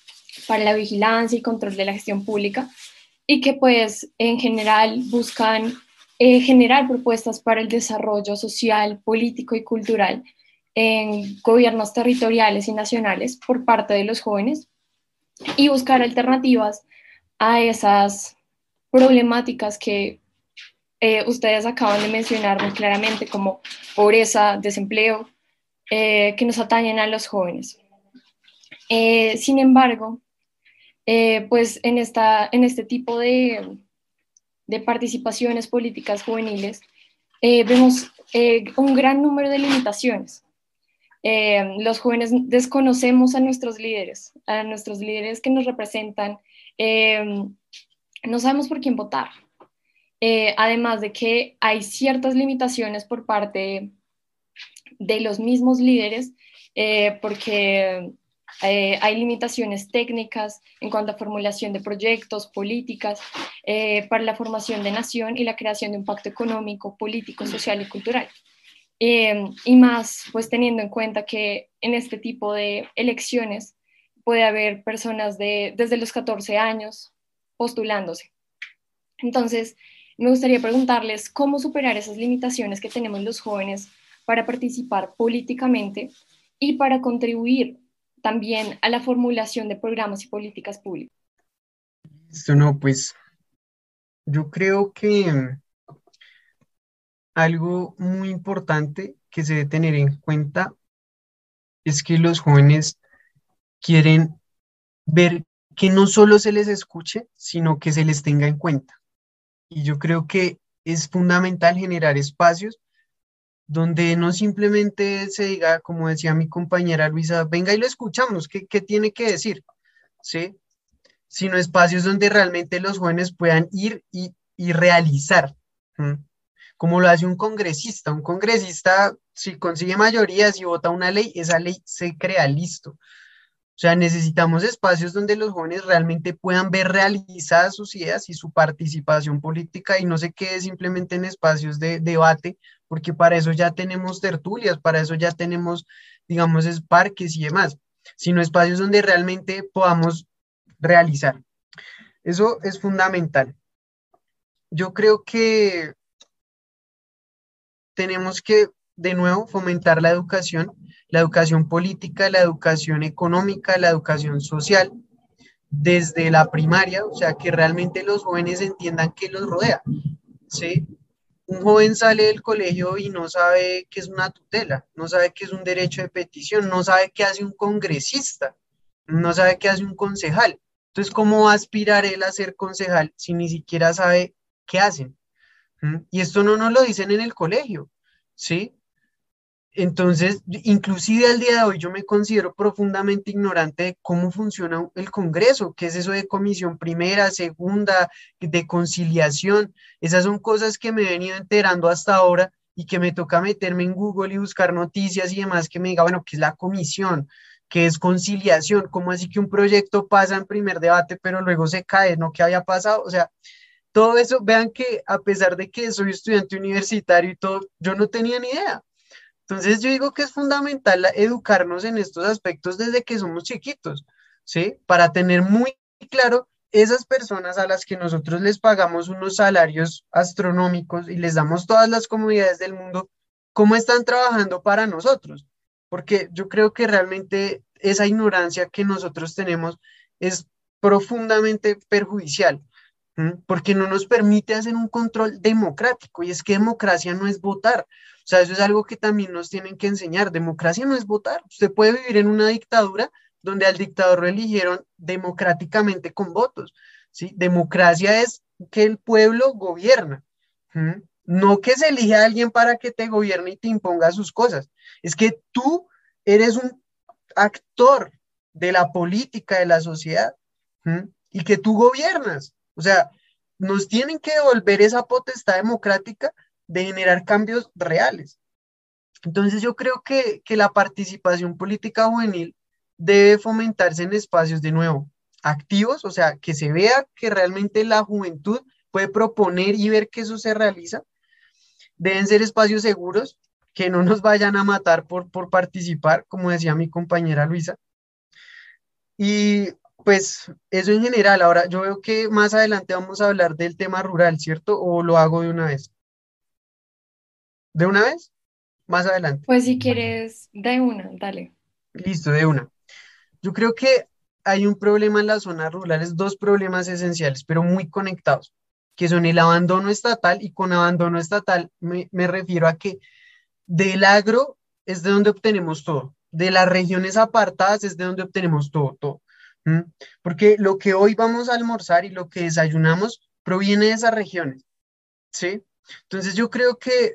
para la vigilancia y control de la gestión pública, y que pues en general buscan eh, generar propuestas para el desarrollo social, político y cultural en gobiernos territoriales y nacionales por parte de los jóvenes, y buscar alternativas a esas problemáticas que eh, ustedes acaban de mencionar muy claramente, como pobreza, desempleo, eh, que nos atañen a los jóvenes. Eh, sin embargo, eh, pues en, esta, en este tipo de, de participaciones políticas juveniles eh, vemos eh, un gran número de limitaciones. Eh, los jóvenes desconocemos a nuestros líderes, a nuestros líderes que nos representan, eh, no sabemos por quién votar. Eh, además de que hay ciertas limitaciones por parte de los mismos líderes, eh, porque eh, hay limitaciones técnicas en cuanto a formulación de proyectos, políticas, eh, para la formación de nación y la creación de un pacto económico, político, social y cultural. Eh, y más, pues teniendo en cuenta que en este tipo de elecciones puede haber personas de, desde los catorce años postulándose. Entonces, me gustaría preguntarles cómo superar esas limitaciones que tenemos los jóvenes para participar políticamente y para contribuir también a la formulación de programas y políticas públicas. Esto no, pues yo creo que algo muy importante que se debe tener en cuenta es que los jóvenes quieren ver que no solo se les escuche, sino que se les tenga en cuenta. Y yo creo que es fundamental generar espacios donde no simplemente se diga, como decía mi compañera Luisa, venga y lo escuchamos, ¿qué, qué tiene que decir? ¿Sí? Sino espacios donde realmente los jóvenes puedan ir y, y realizar, ¿sí? Como lo hace un congresista. Un congresista, si consigue mayoría, si vota una ley, esa ley se crea, listo. O sea, necesitamos espacios donde los jóvenes realmente puedan ver realizadas sus ideas y su participación política y no se quede simplemente en espacios de debate, porque para eso ya tenemos tertulias, para eso ya tenemos, digamos, es parques y demás, sino espacios donde realmente podamos realizar. Eso es fundamental. Yo creo que tenemos que, de nuevo, fomentar la educación, la educación política, la educación económica, la educación social, desde la primaria, o sea, que realmente los jóvenes entiendan qué los rodea, ¿sí? Un joven sale del colegio y no sabe qué es una tutela, no sabe qué es un derecho de petición, no sabe qué hace un congresista, no sabe qué hace un concejal. Entonces, ¿cómo va a aspirar él a ser concejal si ni siquiera sabe qué hacen? ¿Mm? Y esto no nos lo dicen en el colegio, ¿sí? Entonces, inclusive al día de hoy yo me considero profundamente ignorante de cómo funciona el Congreso, qué es eso de comisión primera, segunda, de conciliación. Esas son cosas que me he venido enterando hasta ahora y que me toca meterme en Google y buscar noticias y demás que me diga, bueno, ¿qué es la comisión? ¿Qué es conciliación? ¿Cómo así que un proyecto pasa en primer debate pero luego se cae? ¿No? ¿Qué había pasado? O sea, todo eso, vean que a pesar de que soy estudiante universitario y todo, yo no tenía ni idea. Entonces yo digo que es fundamental educarnos en estos aspectos desde que somos chiquitos, ¿sí? Para tener muy claro esas personas a las que nosotros les pagamos unos salarios astronómicos y les damos todas las comodidades del mundo, ¿cómo están trabajando para nosotros? Porque yo creo que realmente esa ignorancia que nosotros tenemos es profundamente perjudicial, ¿sí? Porque no nos permite hacer un control democrático, y es que democracia no es votar. O sea, eso es algo que también nos tienen que enseñar. Democracia no es votar. Usted puede vivir en una dictadura donde al dictador lo eligieron democráticamente con votos, ¿sí? Democracia es que el pueblo gobierna, ¿sí? No que se elige a alguien para que te gobierne y te imponga sus cosas. Es que tú eres un actor de la política, de la sociedad, ¿sí? Y que tú gobiernas. O sea, nos tienen que devolver esa potestad democrática de generar cambios reales. Entonces yo creo que, que la participación política juvenil debe fomentarse en espacios, de nuevo, activos, o sea, que se vea que realmente la juventud puede proponer y ver que eso se realiza. Deben ser espacios seguros, que no nos vayan a matar por, por participar, como decía mi compañera Luisa. Y Pues eso en general. Ahora, yo veo que más adelante vamos a hablar del tema rural, ¿cierto? ¿O lo hago de una vez? ¿De una vez? Más adelante. Pues si quieres, de una, dale. Listo, de una. Yo creo que hay un problema en las zonas rurales, dos problemas esenciales, pero muy conectados, que son el abandono estatal, y con abandono estatal me, me refiero a que del agro es de donde obtenemos todo, de las regiones apartadas es de donde obtenemos todo, todo. ¿Mm? Porque lo que hoy vamos a almorzar y lo que desayunamos proviene de esas regiones, ¿sí? Entonces yo creo que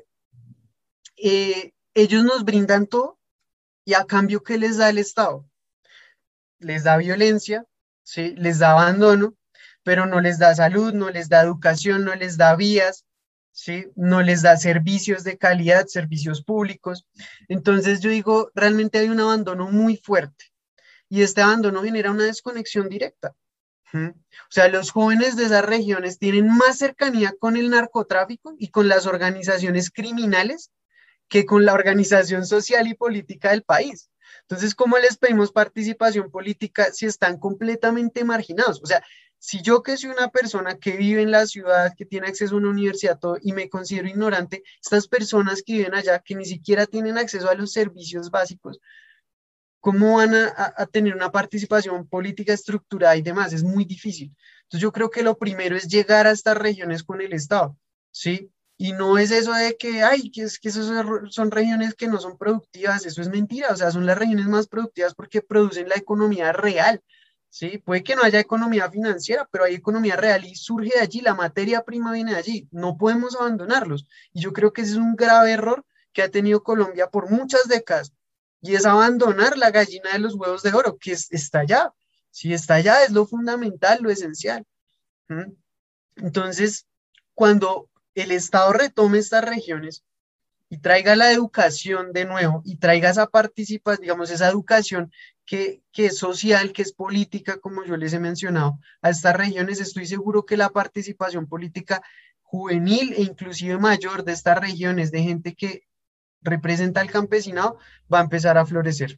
eh, ellos nos brindan todo y a cambio, ¿qué les da el Estado? Les da violencia, ¿sí? Les da abandono, pero no les da salud, no les da educación, no les da vías, ¿sí? No les da servicios de calidad, servicios públicos. Entonces yo digo, realmente hay un abandono muy fuerte y este abandono genera una desconexión directa. ¿Mm? O sea, los jóvenes de esas regiones tienen más cercanía con el narcotráfico y con las organizaciones criminales que con la organización social y política del país. Entonces, ¿cómo les pedimos participación política si están completamente marginados? O sea, si yo que soy una persona que vive en la ciudad, que tiene acceso a una universidad, todo, y me considero ignorante, estas personas que viven allá, que ni siquiera tienen acceso a los servicios básicos, ¿cómo van a, a, a tener una participación política estructurada y demás? Es muy difícil. Entonces, yo creo que lo primero es llegar a estas regiones con el Estado, ¿sí? Y no es eso de que, ay, que, es, que esas son, son regiones que no son productivas, eso es mentira, o sea, son las regiones más productivas porque producen la economía real, ¿sí? Puede que no haya economía financiera, pero hay economía real y surge de allí, la materia prima viene de allí, no podemos abandonarlos. Y yo creo que ese es un grave error que ha tenido Colombia por muchas décadas, y es abandonar la gallina de los huevos de oro, que es, está allá, si está allá es lo fundamental, lo esencial. ¿Mm? Entonces, cuando el Estado retome estas regiones y traiga la educación de nuevo y traiga esa participación, digamos, esa educación que, que es social, que es política, como yo les he mencionado, a estas regiones, estoy seguro que la participación política juvenil e inclusive mayor de estas regiones, de gente que representa al campesinado, va a empezar a florecer.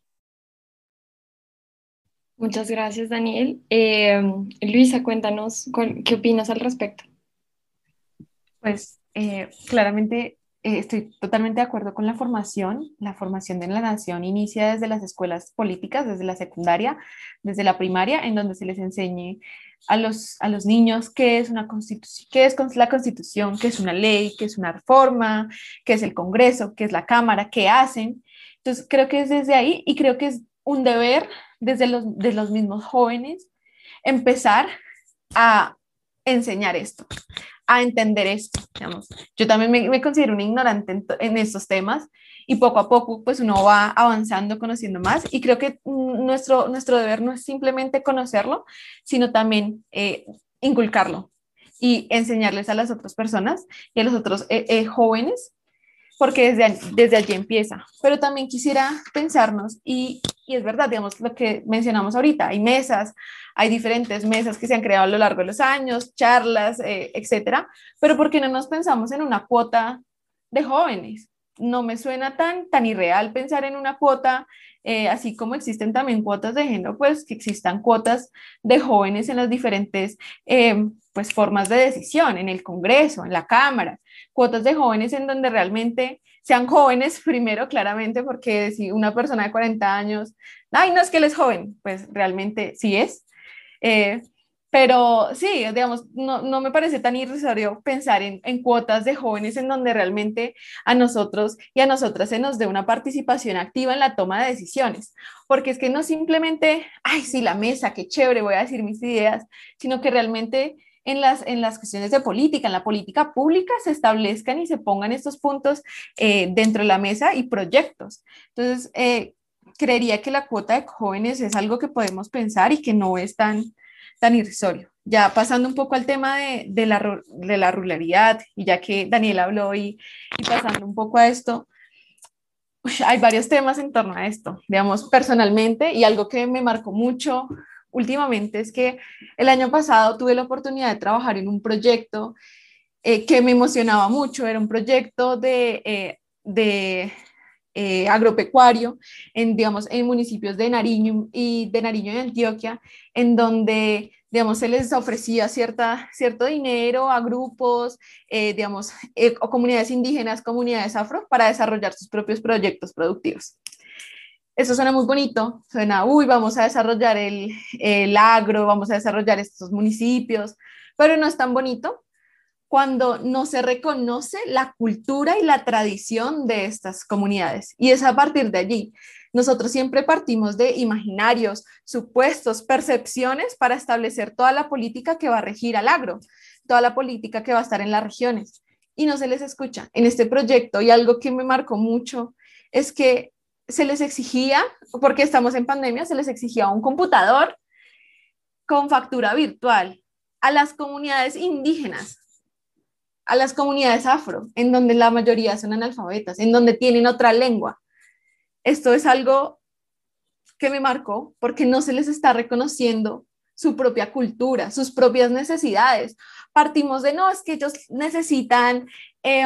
Muchas gracias, Daniel. Eh, Luisa, cuéntanos cuál- qué opinas al respecto. Pues eh, claramente eh, estoy totalmente de acuerdo con la formación. La formación de la nación inicia desde las escuelas políticas, desde la secundaria, desde la primaria, en donde se les enseñe a los, a los niños qué es una constitución, qué es con- la constitución, qué es una ley, qué es una reforma, qué es el Congreso, qué es la Cámara, qué hacen. Entonces creo que es desde ahí y creo que es un deber desde los, de los mismos jóvenes empezar a enseñar esto, a entender esto, digamos. Yo también me, me considero un ignorante en, en, estos temas y poco a poco pues uno va avanzando, conociendo más y creo que mm, nuestro, nuestro deber no es simplemente conocerlo, sino también eh, inculcarlo y enseñarles a las otras personas y a los otros eh, eh, jóvenes, porque desde, desde allí empieza. Pero también quisiera pensarnos, y, y es verdad, digamos, lo que mencionamos ahorita, hay mesas, hay diferentes mesas que se han creado a lo largo de los años, charlas, eh, etcétera, pero ¿por qué no nos pensamos en una cuota de jóvenes? No me suena tan, tan irreal pensar en una cuota, eh, así como existen también cuotas de género, pues que existan cuotas de jóvenes en las diferentes eh, pues, formas de decisión, en el Congreso, en la Cámara, cuotas de jóvenes en donde realmente sean jóvenes primero, claramente, porque si una persona de cuarenta años, ay, no es que él es joven, pues realmente sí es. Eh, pero sí, digamos, no, no me parece tan irrisorio pensar en, en cuotas de jóvenes en donde realmente a nosotros y a nosotras se nos dé una participación activa en la toma de decisiones, porque es que no simplemente, ay, sí, la mesa, qué chévere, voy a decir mis ideas, sino que realmente en las, en las cuestiones de política, en la política pública, se establezcan y se pongan estos puntos eh, dentro de la mesa y proyectos. Entonces, eh, creería que la cuota de jóvenes es algo que podemos pensar y que no es tan, tan irrisorio. Ya pasando un poco al tema de, de, la, de la ruralidad, y ya que Daniel habló y, y pasando un poco a esto, uy, hay varios temas en torno a esto, digamos, personalmente, y algo que me marcó mucho últimamente es que el año pasado tuve la oportunidad de trabajar en un proyecto eh, que me emocionaba mucho, era un proyecto de, eh, de eh, agropecuario, en, digamos, en municipios de Nariño y de Nariño y Antioquia, en donde, digamos, se les ofrecía cierta, cierto dinero a grupos, eh, digamos, eh, o comunidades indígenas, comunidades afro, para desarrollar sus propios proyectos productivos. Eso suena muy bonito, suena, uy, vamos a desarrollar el, el agro, vamos a desarrollar estos municipios, pero no es tan bonito cuando no se reconoce la cultura y la tradición de estas comunidades. Y es a partir de allí. Nosotros siempre partimos de imaginarios, supuestos, percepciones para establecer toda la política que va a regir al agro, toda la política que va a estar en las regiones. Y no se les escucha. En este proyecto, y algo que me marcó mucho, es que se les exigía, porque estamos en pandemia, se les exigía un computador con factura virtual a las comunidades indígenas, a las comunidades afro, en donde la mayoría son analfabetas, en donde tienen otra lengua. Esto es algo que me marcó porque no se les está reconociendo su propia cultura, sus propias necesidades. Partimos de, no, es que ellos necesitan eh,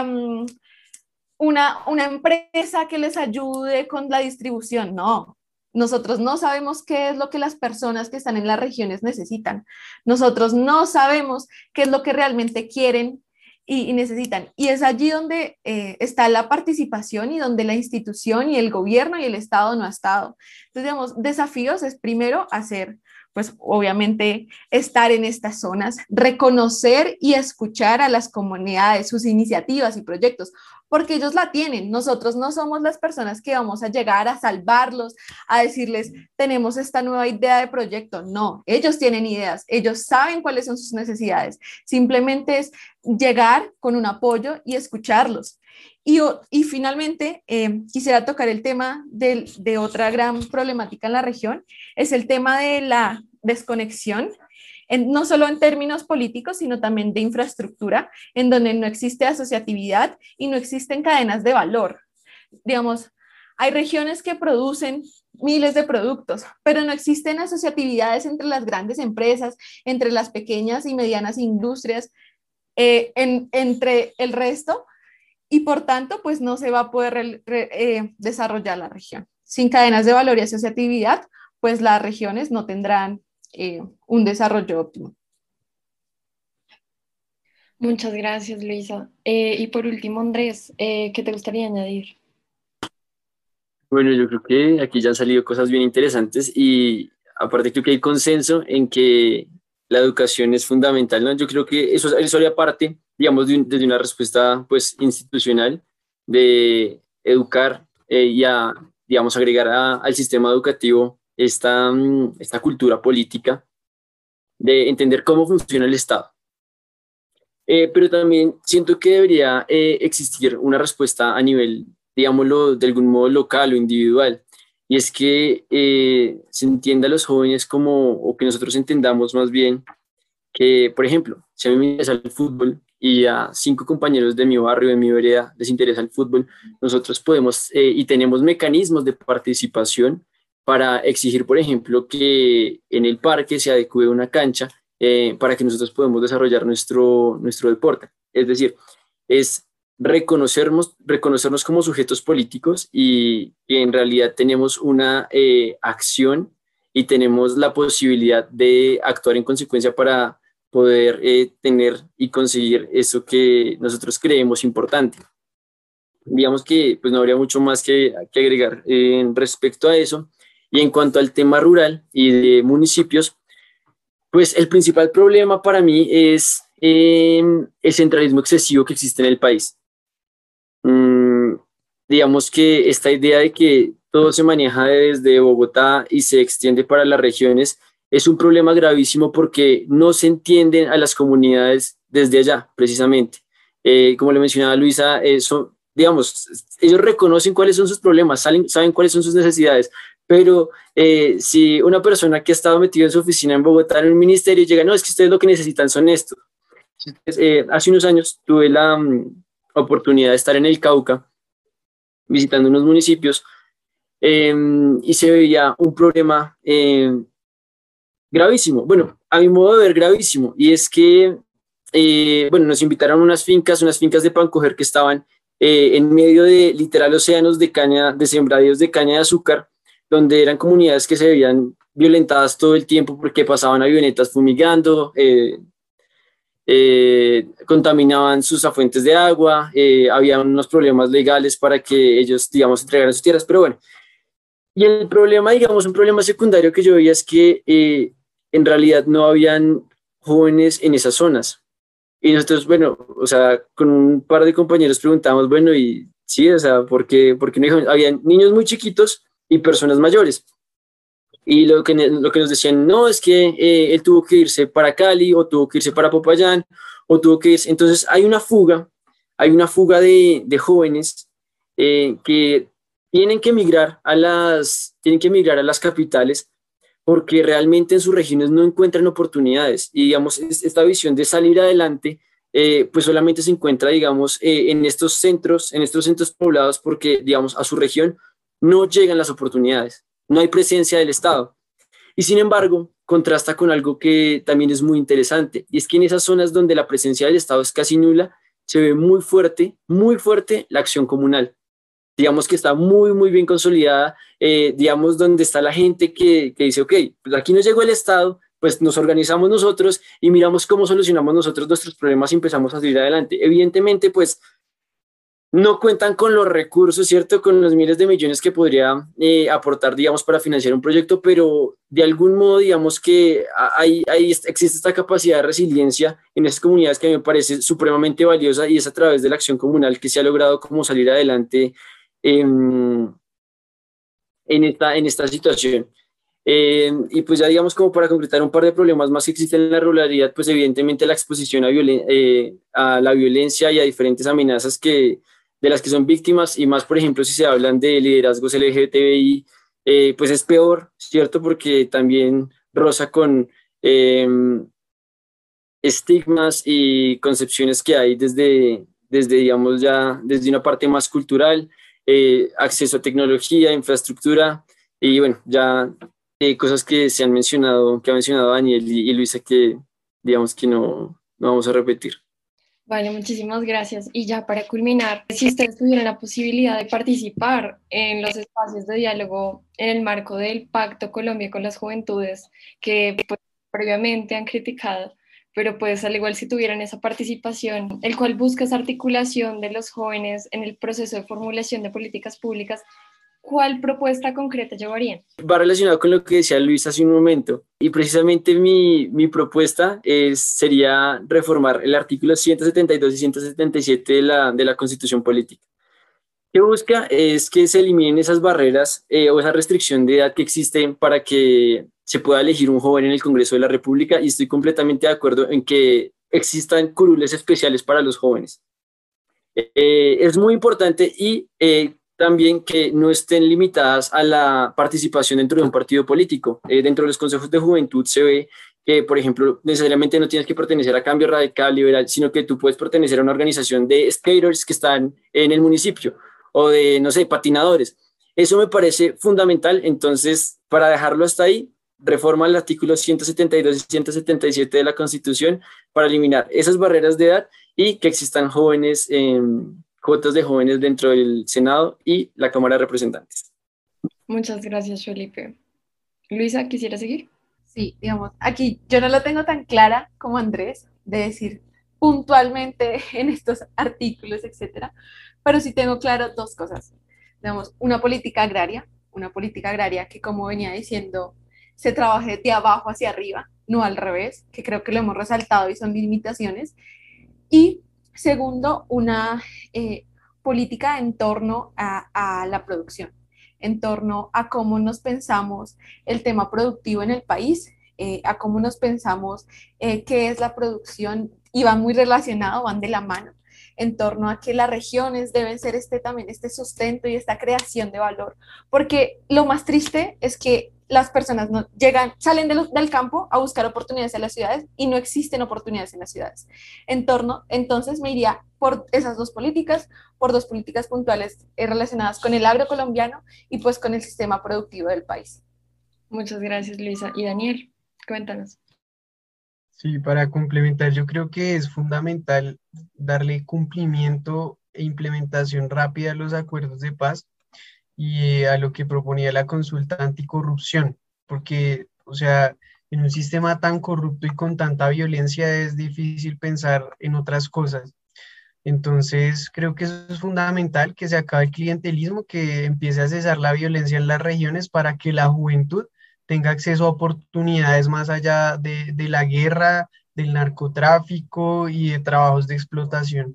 una, una empresa que les ayude con la distribución. No, nosotros no sabemos qué es lo que las personas que están en las regiones necesitan. Nosotros no sabemos qué es lo que realmente quieren y, y necesitan. Y es allí donde eh, está la participación y donde la institución y el gobierno y el Estado no ha estado. Entonces, digamos, desafíos es primero hacer, pues obviamente estar en estas zonas, reconocer y escuchar a las comunidades, sus iniciativas y proyectos, porque ellos la tienen. Nosotros no somos las personas que vamos a llegar a salvarlos, a decirles, tenemos esta nueva idea de proyecto. No, ellos tienen ideas, ellos saben cuáles son sus necesidades. Simplemente es llegar con un apoyo y escucharlos. Y, y finalmente, eh, quisiera tocar el tema de, de otra gran problemática en la región, es el tema de la desconexión, en, no solo en términos políticos, sino también de infraestructura, en donde no existe asociatividad y no existen cadenas de valor. Digamos, hay regiones que producen miles de productos, pero no existen asociatividades entre las grandes empresas, entre las pequeñas y medianas industrias, eh, en, entre el resto, y por tanto, pues no se va a poder re, re, eh, desarrollar la región. Sin cadenas de valor y asociatividad, pues las regiones no tendrán eh, un desarrollo óptimo. Muchas gracias, Luisa. Eh, y por último, Andrés, eh, ¿qué te gustaría añadir? Bueno, yo creo que aquí ya han salido cosas bien interesantes y aparte creo que hay consenso en que la educación es fundamental, ¿no? Yo creo que eso, eso haría parte, digamos, de, un, de una respuesta pues, institucional de educar eh, y a, digamos, agregar a, al sistema educativo esta, esta cultura política de entender cómo funciona el Estado. Eh, pero también siento que debería eh, existir una respuesta a nivel, digámoslo, de algún modo local o individual. Y es que eh, se entienda a los jóvenes como, o que nosotros entendamos más bien, que, por ejemplo, si a mí me interesa el fútbol y a cinco compañeros de mi barrio, de mi vereda, les interesa el fútbol, nosotros podemos eh, y tenemos mecanismos de participación para exigir, por ejemplo, que en el parque se adecue una cancha eh, para que nosotros podamos desarrollar nuestro, nuestro deporte. Es decir, es reconocernos, reconocernos como sujetos políticos y que en realidad tenemos una eh, acción y tenemos la posibilidad de actuar en consecuencia para poder eh, tener y conseguir eso que nosotros creemos importante. Digamos que pues no habría mucho más que, que agregar eh, respecto a eso. Y en cuanto al tema rural y de municipios, pues el principal problema para mí es eh, el centralismo excesivo que existe en el país. Mm, digamos que esta idea de que todo se maneja desde Bogotá y se extiende para las regiones es un problema gravísimo porque no se entienden a las comunidades desde allá, precisamente. Eh, como le mencionaba Luisa, eso, digamos, ellos reconocen cuáles son sus problemas, saben, saben cuáles son sus necesidades, pero eh, si una persona que ha estado metida en su oficina en Bogotá, en un ministerio, llega, no, es que ustedes lo que necesitan son esto. Entonces, eh, hace unos años tuve la um, oportunidad de estar en el Cauca, visitando unos municipios, eh, y se veía un problema eh, gravísimo, bueno, a mi modo de ver gravísimo, y es que, eh, bueno, nos invitaron a unas fincas, unas fincas de Pancoger que estaban eh, en medio de literal océanos de caña, de sembradíos de caña de azúcar, donde eran comunidades que se veían violentadas todo el tiempo porque pasaban avionetas fumigando, eh, eh, contaminaban sus afluentes de agua, eh, había unos problemas legales para que ellos, digamos, entregaran sus tierras, pero bueno. Y el problema, digamos, un problema secundario que yo veía es que eh, en realidad no habían jóvenes en esas zonas. Y nosotros, bueno, o sea, con un par de compañeros preguntamos, bueno, y sí, o sea, ¿por qué, por qué no hay jóvenes? Habían niños muy chiquitos y personas mayores. Y lo que, lo que nos decían, no, es que eh, él tuvo que irse para Cali o tuvo que irse para Popayán o tuvo que irse. Entonces hay una fuga, hay una fuga de, de jóvenes eh, que tienen que emigrar a las, tienen que emigrar a las capitales porque realmente en sus regiones no encuentran oportunidades. Y digamos, esta visión de salir adelante, eh, pues solamente se encuentra, digamos, eh, en estos centros, en estos centros poblados porque, digamos, a su región no llegan las oportunidades. No hay presencia del Estado. Y sin embargo, contrasta con algo que también es muy interesante, y es que en esas zonas donde la presencia del Estado es casi nula, se ve muy fuerte, muy fuerte la acción comunal. Digamos que está muy, muy bien consolidada, eh, digamos, donde está la gente que, que dice, ok, pues aquí no llegó el Estado, pues nos organizamos nosotros y miramos cómo solucionamos nosotros nuestros problemas y empezamos a salir adelante. Evidentemente, pues, no cuentan con los recursos, ¿cierto? Con los miles de millones que podría eh, aportar, digamos, para financiar un proyecto, pero de algún modo, digamos que hay, hay, existe esta capacidad de resiliencia en esas comunidades que a mí me parece supremamente valiosa y es a través de la acción comunal que se ha logrado como salir adelante eh, en, esta, en esta situación. Eh, y pues ya digamos como para concretar un par de problemas más que existen en la ruralidad, pues evidentemente la exposición a, violen eh, a la violencia y a diferentes amenazas que de las que son víctimas, y más, por ejemplo, si se hablan de liderazgos L G B T I, eh, pues es peor, ¿cierto? Porque también roza con eh, estigmas y concepciones que hay desde, desde, digamos, ya desde una parte más cultural, eh, acceso a tecnología, infraestructura, y bueno, ya eh, cosas que se han mencionado, que ha mencionado Daniel y, y Luisa, que digamos que no, no vamos a repetir. Vale, muchísimas gracias. Y ya para culminar, si ustedes tuvieran la posibilidad de participar en los espacios de diálogo en el marco del Pacto Colombia con las Juventudes, que pues, previamente han criticado, pero pues al igual si tuvieran esa participación, el cual busca esa articulación de los jóvenes en el proceso de formulación de políticas públicas, ¿cuál propuesta concreta llevarían? Va relacionado con lo que decía Luis hace un momento, y precisamente mi, mi propuesta es, sería reformar el artículo ciento setenta y dos y ciento setenta y siete de la, de la Constitución Política. ¿Qué busca? Es que se eliminen esas barreras eh, o esa restricción de edad que existen para que se pueda elegir un joven en el Congreso de la República, y estoy completamente de acuerdo en que existan curules especiales para los jóvenes. Eh, es muy importante y eh, también que no estén limitadas a la participación dentro de un partido político. Eh, dentro de los consejos de juventud se ve que, por ejemplo, necesariamente no tienes que pertenecer a Cambio Radical, Liberal, sino que tú puedes pertenecer a una organización de skaters que están en el municipio o de, no sé, patinadores. Eso me parece fundamental. Entonces, para dejarlo hasta ahí, reforma el artículo ciento setenta y dos y ciento setenta y siete de la Constitución para eliminar esas barreras de edad y que existan jóvenes, eh, cuotas de jóvenes dentro del Senado y la Cámara de Representantes. Muchas gracias, Felipe. Luisa, ¿quisiera seguir? Sí, digamos, aquí yo no lo tengo tan clara como Andrés, de decir puntualmente en estos artículos, etcétera, pero sí tengo claro dos cosas. Digamos, una política agraria, una política agraria que, como venía diciendo, se trabaje de abajo hacia arriba, no al revés, que creo que lo hemos resaltado y son limitaciones. Y segundo, una eh, política en torno a, a la producción, en torno a cómo nos pensamos el tema productivo en el país, eh, a cómo nos pensamos eh, qué es la producción, y van muy relacionados, van de la mano, en torno a que las regiones deben ser este también, este sustento y esta creación de valor, porque lo más triste es que las personas no llegan, salen de los, del campo a buscar oportunidades en las ciudades y no existen oportunidades en las ciudades. En torno, entonces me iría por esas dos políticas, por dos políticas puntuales eh, relacionadas con el agro colombiano y pues con el sistema productivo del país. Muchas gracias, Luisa. Y Daniel, cuéntanos. Sí, para complementar, yo creo que es fundamental darle cumplimiento e implementación rápida de los acuerdos de paz y eh, a lo que proponía la consulta anticorrupción, porque, o sea, en un sistema tan corrupto y con tanta violencia es difícil pensar en otras cosas. Entonces, creo que eso es fundamental, que se acabe el clientelismo, que empiece a cesar la violencia en las regiones para que la juventud tenga acceso a oportunidades más allá de, de la guerra, del narcotráfico y de trabajos de explotación.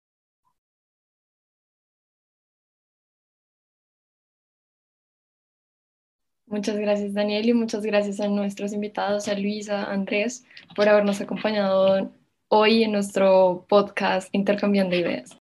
Muchas gracias, Daniel, y muchas gracias a nuestros invitados, a Luisa, a Andrés, por habernos acompañado hoy en nuestro podcast Intercambiando Ideas.